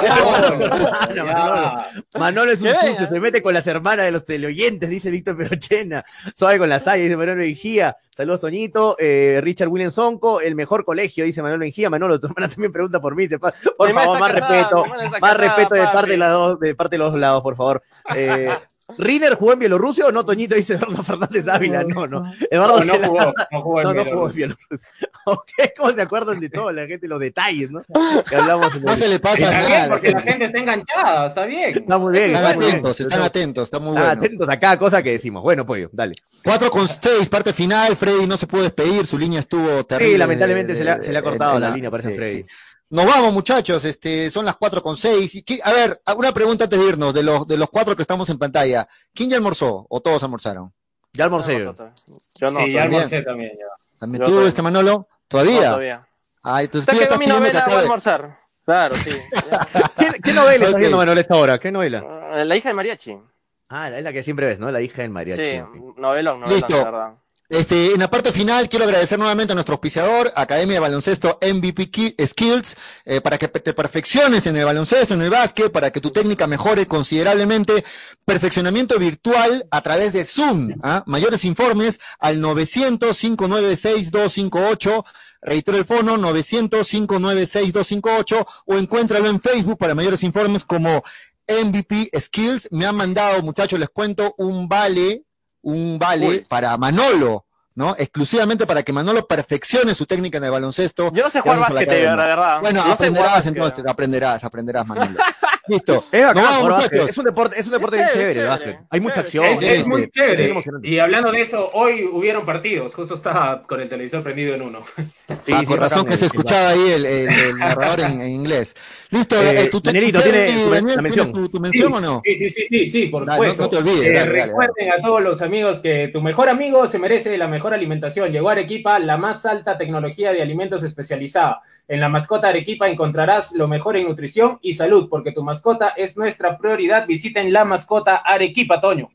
Ya, Manolo. Manolo es un Que sucio, venga. se mete con las hermanas de los teleoyentes, dice Víctor Perochena. Suave con la saya, dice Manolo Mejía. Saludos, Toñito. Eh, Richard William Sonco, el mejor colegio, dice Manolo Mejía. Manolo, tu hermana también pregunta por mí. Dice, por Mi hermana favor, está más casada, respeto. mi hermana está Más casada, respeto de papi. parte de, la dos, de parte de los lados, por favor. Eh, ¿Riner jugó en Bielorrusia o no, Toñito? Dice Eduardo Fernández Dávila. No, no. Eduardo No, no se la- jugó, no jugó en No, no jugó en Bielorrusia. Bielorrusia. Ok, ¿cómo se acuerdan de todo la gente, los detalles, ¿no? Que hablamos en No el- se le pasa Está nada. bien, a la porque la gente. gente está enganchada, está bien. Está muy bien. Están está muy bien. atentos, están atentos, está muy Ah, bueno. atentos a cada cosa que decimos. Bueno, pollo, dale. cuatro con seis, parte final. Freddy no se pudo despedir, su línea estuvo terrible. Sí, lamentablemente de- se le ha, se le ha de- cortado en la, línea, parece sí, Freddy. sí. Nos vamos, muchachos, este, son las cuatro con seis. Y qué- a ver, una pregunta antes de irnos, de los, de los cuatro que estamos en pantalla. ¿Quién ya almorzó o todos almorzaron? Ya almorcé. Yo no, Sí, ya todavía. almorcé también. Ya. ¿También Yo tú, todavía este no. Manolo? No, ¿Todavía? todavía. Ah, entonces Hasta tú ya que estás mi pidiendo que novela voy a acabe. almorzar. Claro, sí. ¿Qué, qué novela estás Ok. viendo, Manuel, a esta hora? ¿Qué novela? Eh, La hija de Mariachi. Ah, la- es la que siempre ves, ¿no? La hija del mariachi. Sí, ok. novelón, novelón, Listo. la verdad. Este, en la parte final quiero agradecer nuevamente a nuestro auspiciador, Academia de Baloncesto M V P Ki- Skills, eh, para que te perfecciones en el baloncesto, en el básquet, para que tu técnica mejore considerablemente. Perfeccionamiento virtual a través de Zoom. ¿Ah? Mayores informes al novecientos, cinco nueve seis, dos cinco ocho. Reitero el fono, novecientos, cinco nueve seis, dos cinco ocho. O encuéntralo en Facebook para mayores informes como M V P Skills. Me han mandado, muchachos, les cuento, un vale un vale Uy. para Manolo, ¿no? Exclusivamente para que Manolo perfeccione su técnica en el baloncesto. Yo no sé jugar Gracias a la básquet, la academia. verdad. Bueno, no sé jugar aprenderás básquet. entonces, aprenderás, aprenderás, Manolo. Listo. Es Nos bacán, vamos, jugar básquet. muchachos. Es un deporte, es un deporte Es bien chévere, chévere, el chévere. básquet. Hay mucha Chévere, acción. Es, Sí, es sí, muy sí. chévere. Es emocionante. Y hablando de eso, hoy hubieron partidos. Justo estaba con el televisor prendido en uno. Sí, Ah, sí, con es razón bacán que se el- el escuchaba ahí el, el- el narrador en, en inglés. Listo, Eh, eh, tú, tú- Danielito, tú- ¿tiene tu- Daniel, la mención? ¿tienes tu, tu mención Sí, o no? Sí, sí, sí, sí, sí, por Dale, supuesto. no- no te olvides, Eh, dale, dale, recuerden a todos los amigos que tu mejor amigo se merece la mejor alimentación. Llegó a Arequipa la más alta tecnología de alimentos especializada. En la mascota Arequipa encontrarás lo mejor en nutrición y salud, porque tu mascota es nuestra prioridad. Visiten la mascota Arequipa, Toño.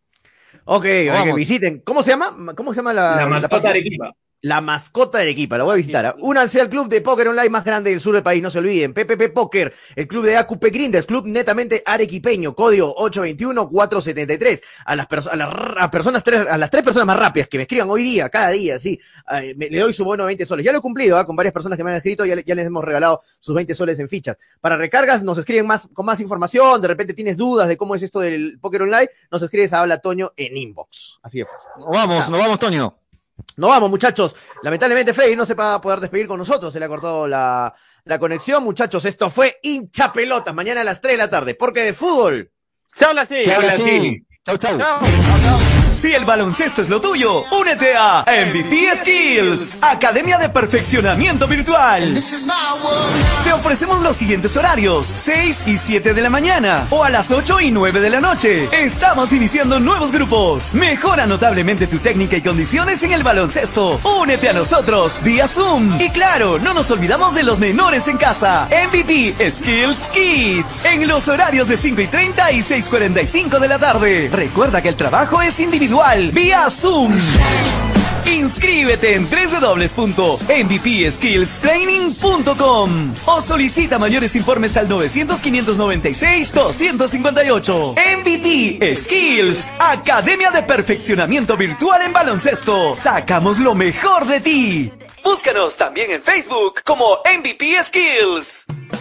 Ok, oye, Vamos. que visiten. ¿Cómo se llama? ¿Cómo se llama la, La la mascota página? Arequipa. La mascota de Arequipa, la voy a visitar. ¿ah? Únanse al club de póker online más grande del sur del país, no se olviden. P P P Póker, el club de A Q P Grinders, club netamente arequipeño, código ocho veintiuno, cuatrocientos setenta y tres. A las, perso- a las, r- a personas tres, a las tres personas más rápidas que me escriban hoy día, cada día, sí, eh, me- le doy su bono de veinte soles. Ya lo he cumplido, ¿ah? Con varias personas que me han escrito, ya, le- ya les hemos regalado sus veinte soles en fichas. Para recargas, nos escriben más, con más información, de repente tienes dudas de cómo es esto del póker online, nos escribes a Habla Toño en inbox. Así de fácil. Nos vamos, Ah. nos vamos, Toño. Nos vamos, muchachos. Lamentablemente, Freddy no se va a poder despedir con nosotros. Se le ha cortado la, la conexión, muchachos. Esto fue Hincha Pelotas. Mañana a las tres de la tarde. Porque de fútbol. Se habla así. Se habla habla así. así. Chau, chau. Chao. Chao, chao. Si el baloncesto es lo tuyo, únete a M V P Skills, Academia de Perfeccionamiento Virtual. Te ofrecemos los siguientes horarios, seis y siete de la mañana, o a las ocho y nueve de la noche. Estamos iniciando nuevos grupos. Mejora notablemente tu técnica y condiciones en el baloncesto. Únete a nosotros vía Zoom. Y claro, no nos olvidamos de los menores en casa. M V P Skills Kids, en los horarios de cinco y treinta y seis cuarenta y cinco de la tarde. Recuerda que el trabajo es individual, vía Zoom. Inscríbete en doble u doble u doble u punto m v p skills training punto com o solicita mayores informes al nueve cero cero, quinientos noventa y seis, doscientos cincuenta y ocho. M V P Skills, Academia de Perfeccionamiento Virtual en Baloncesto. Sacamos lo mejor de ti. Búscanos también en Facebook como M V P Skills.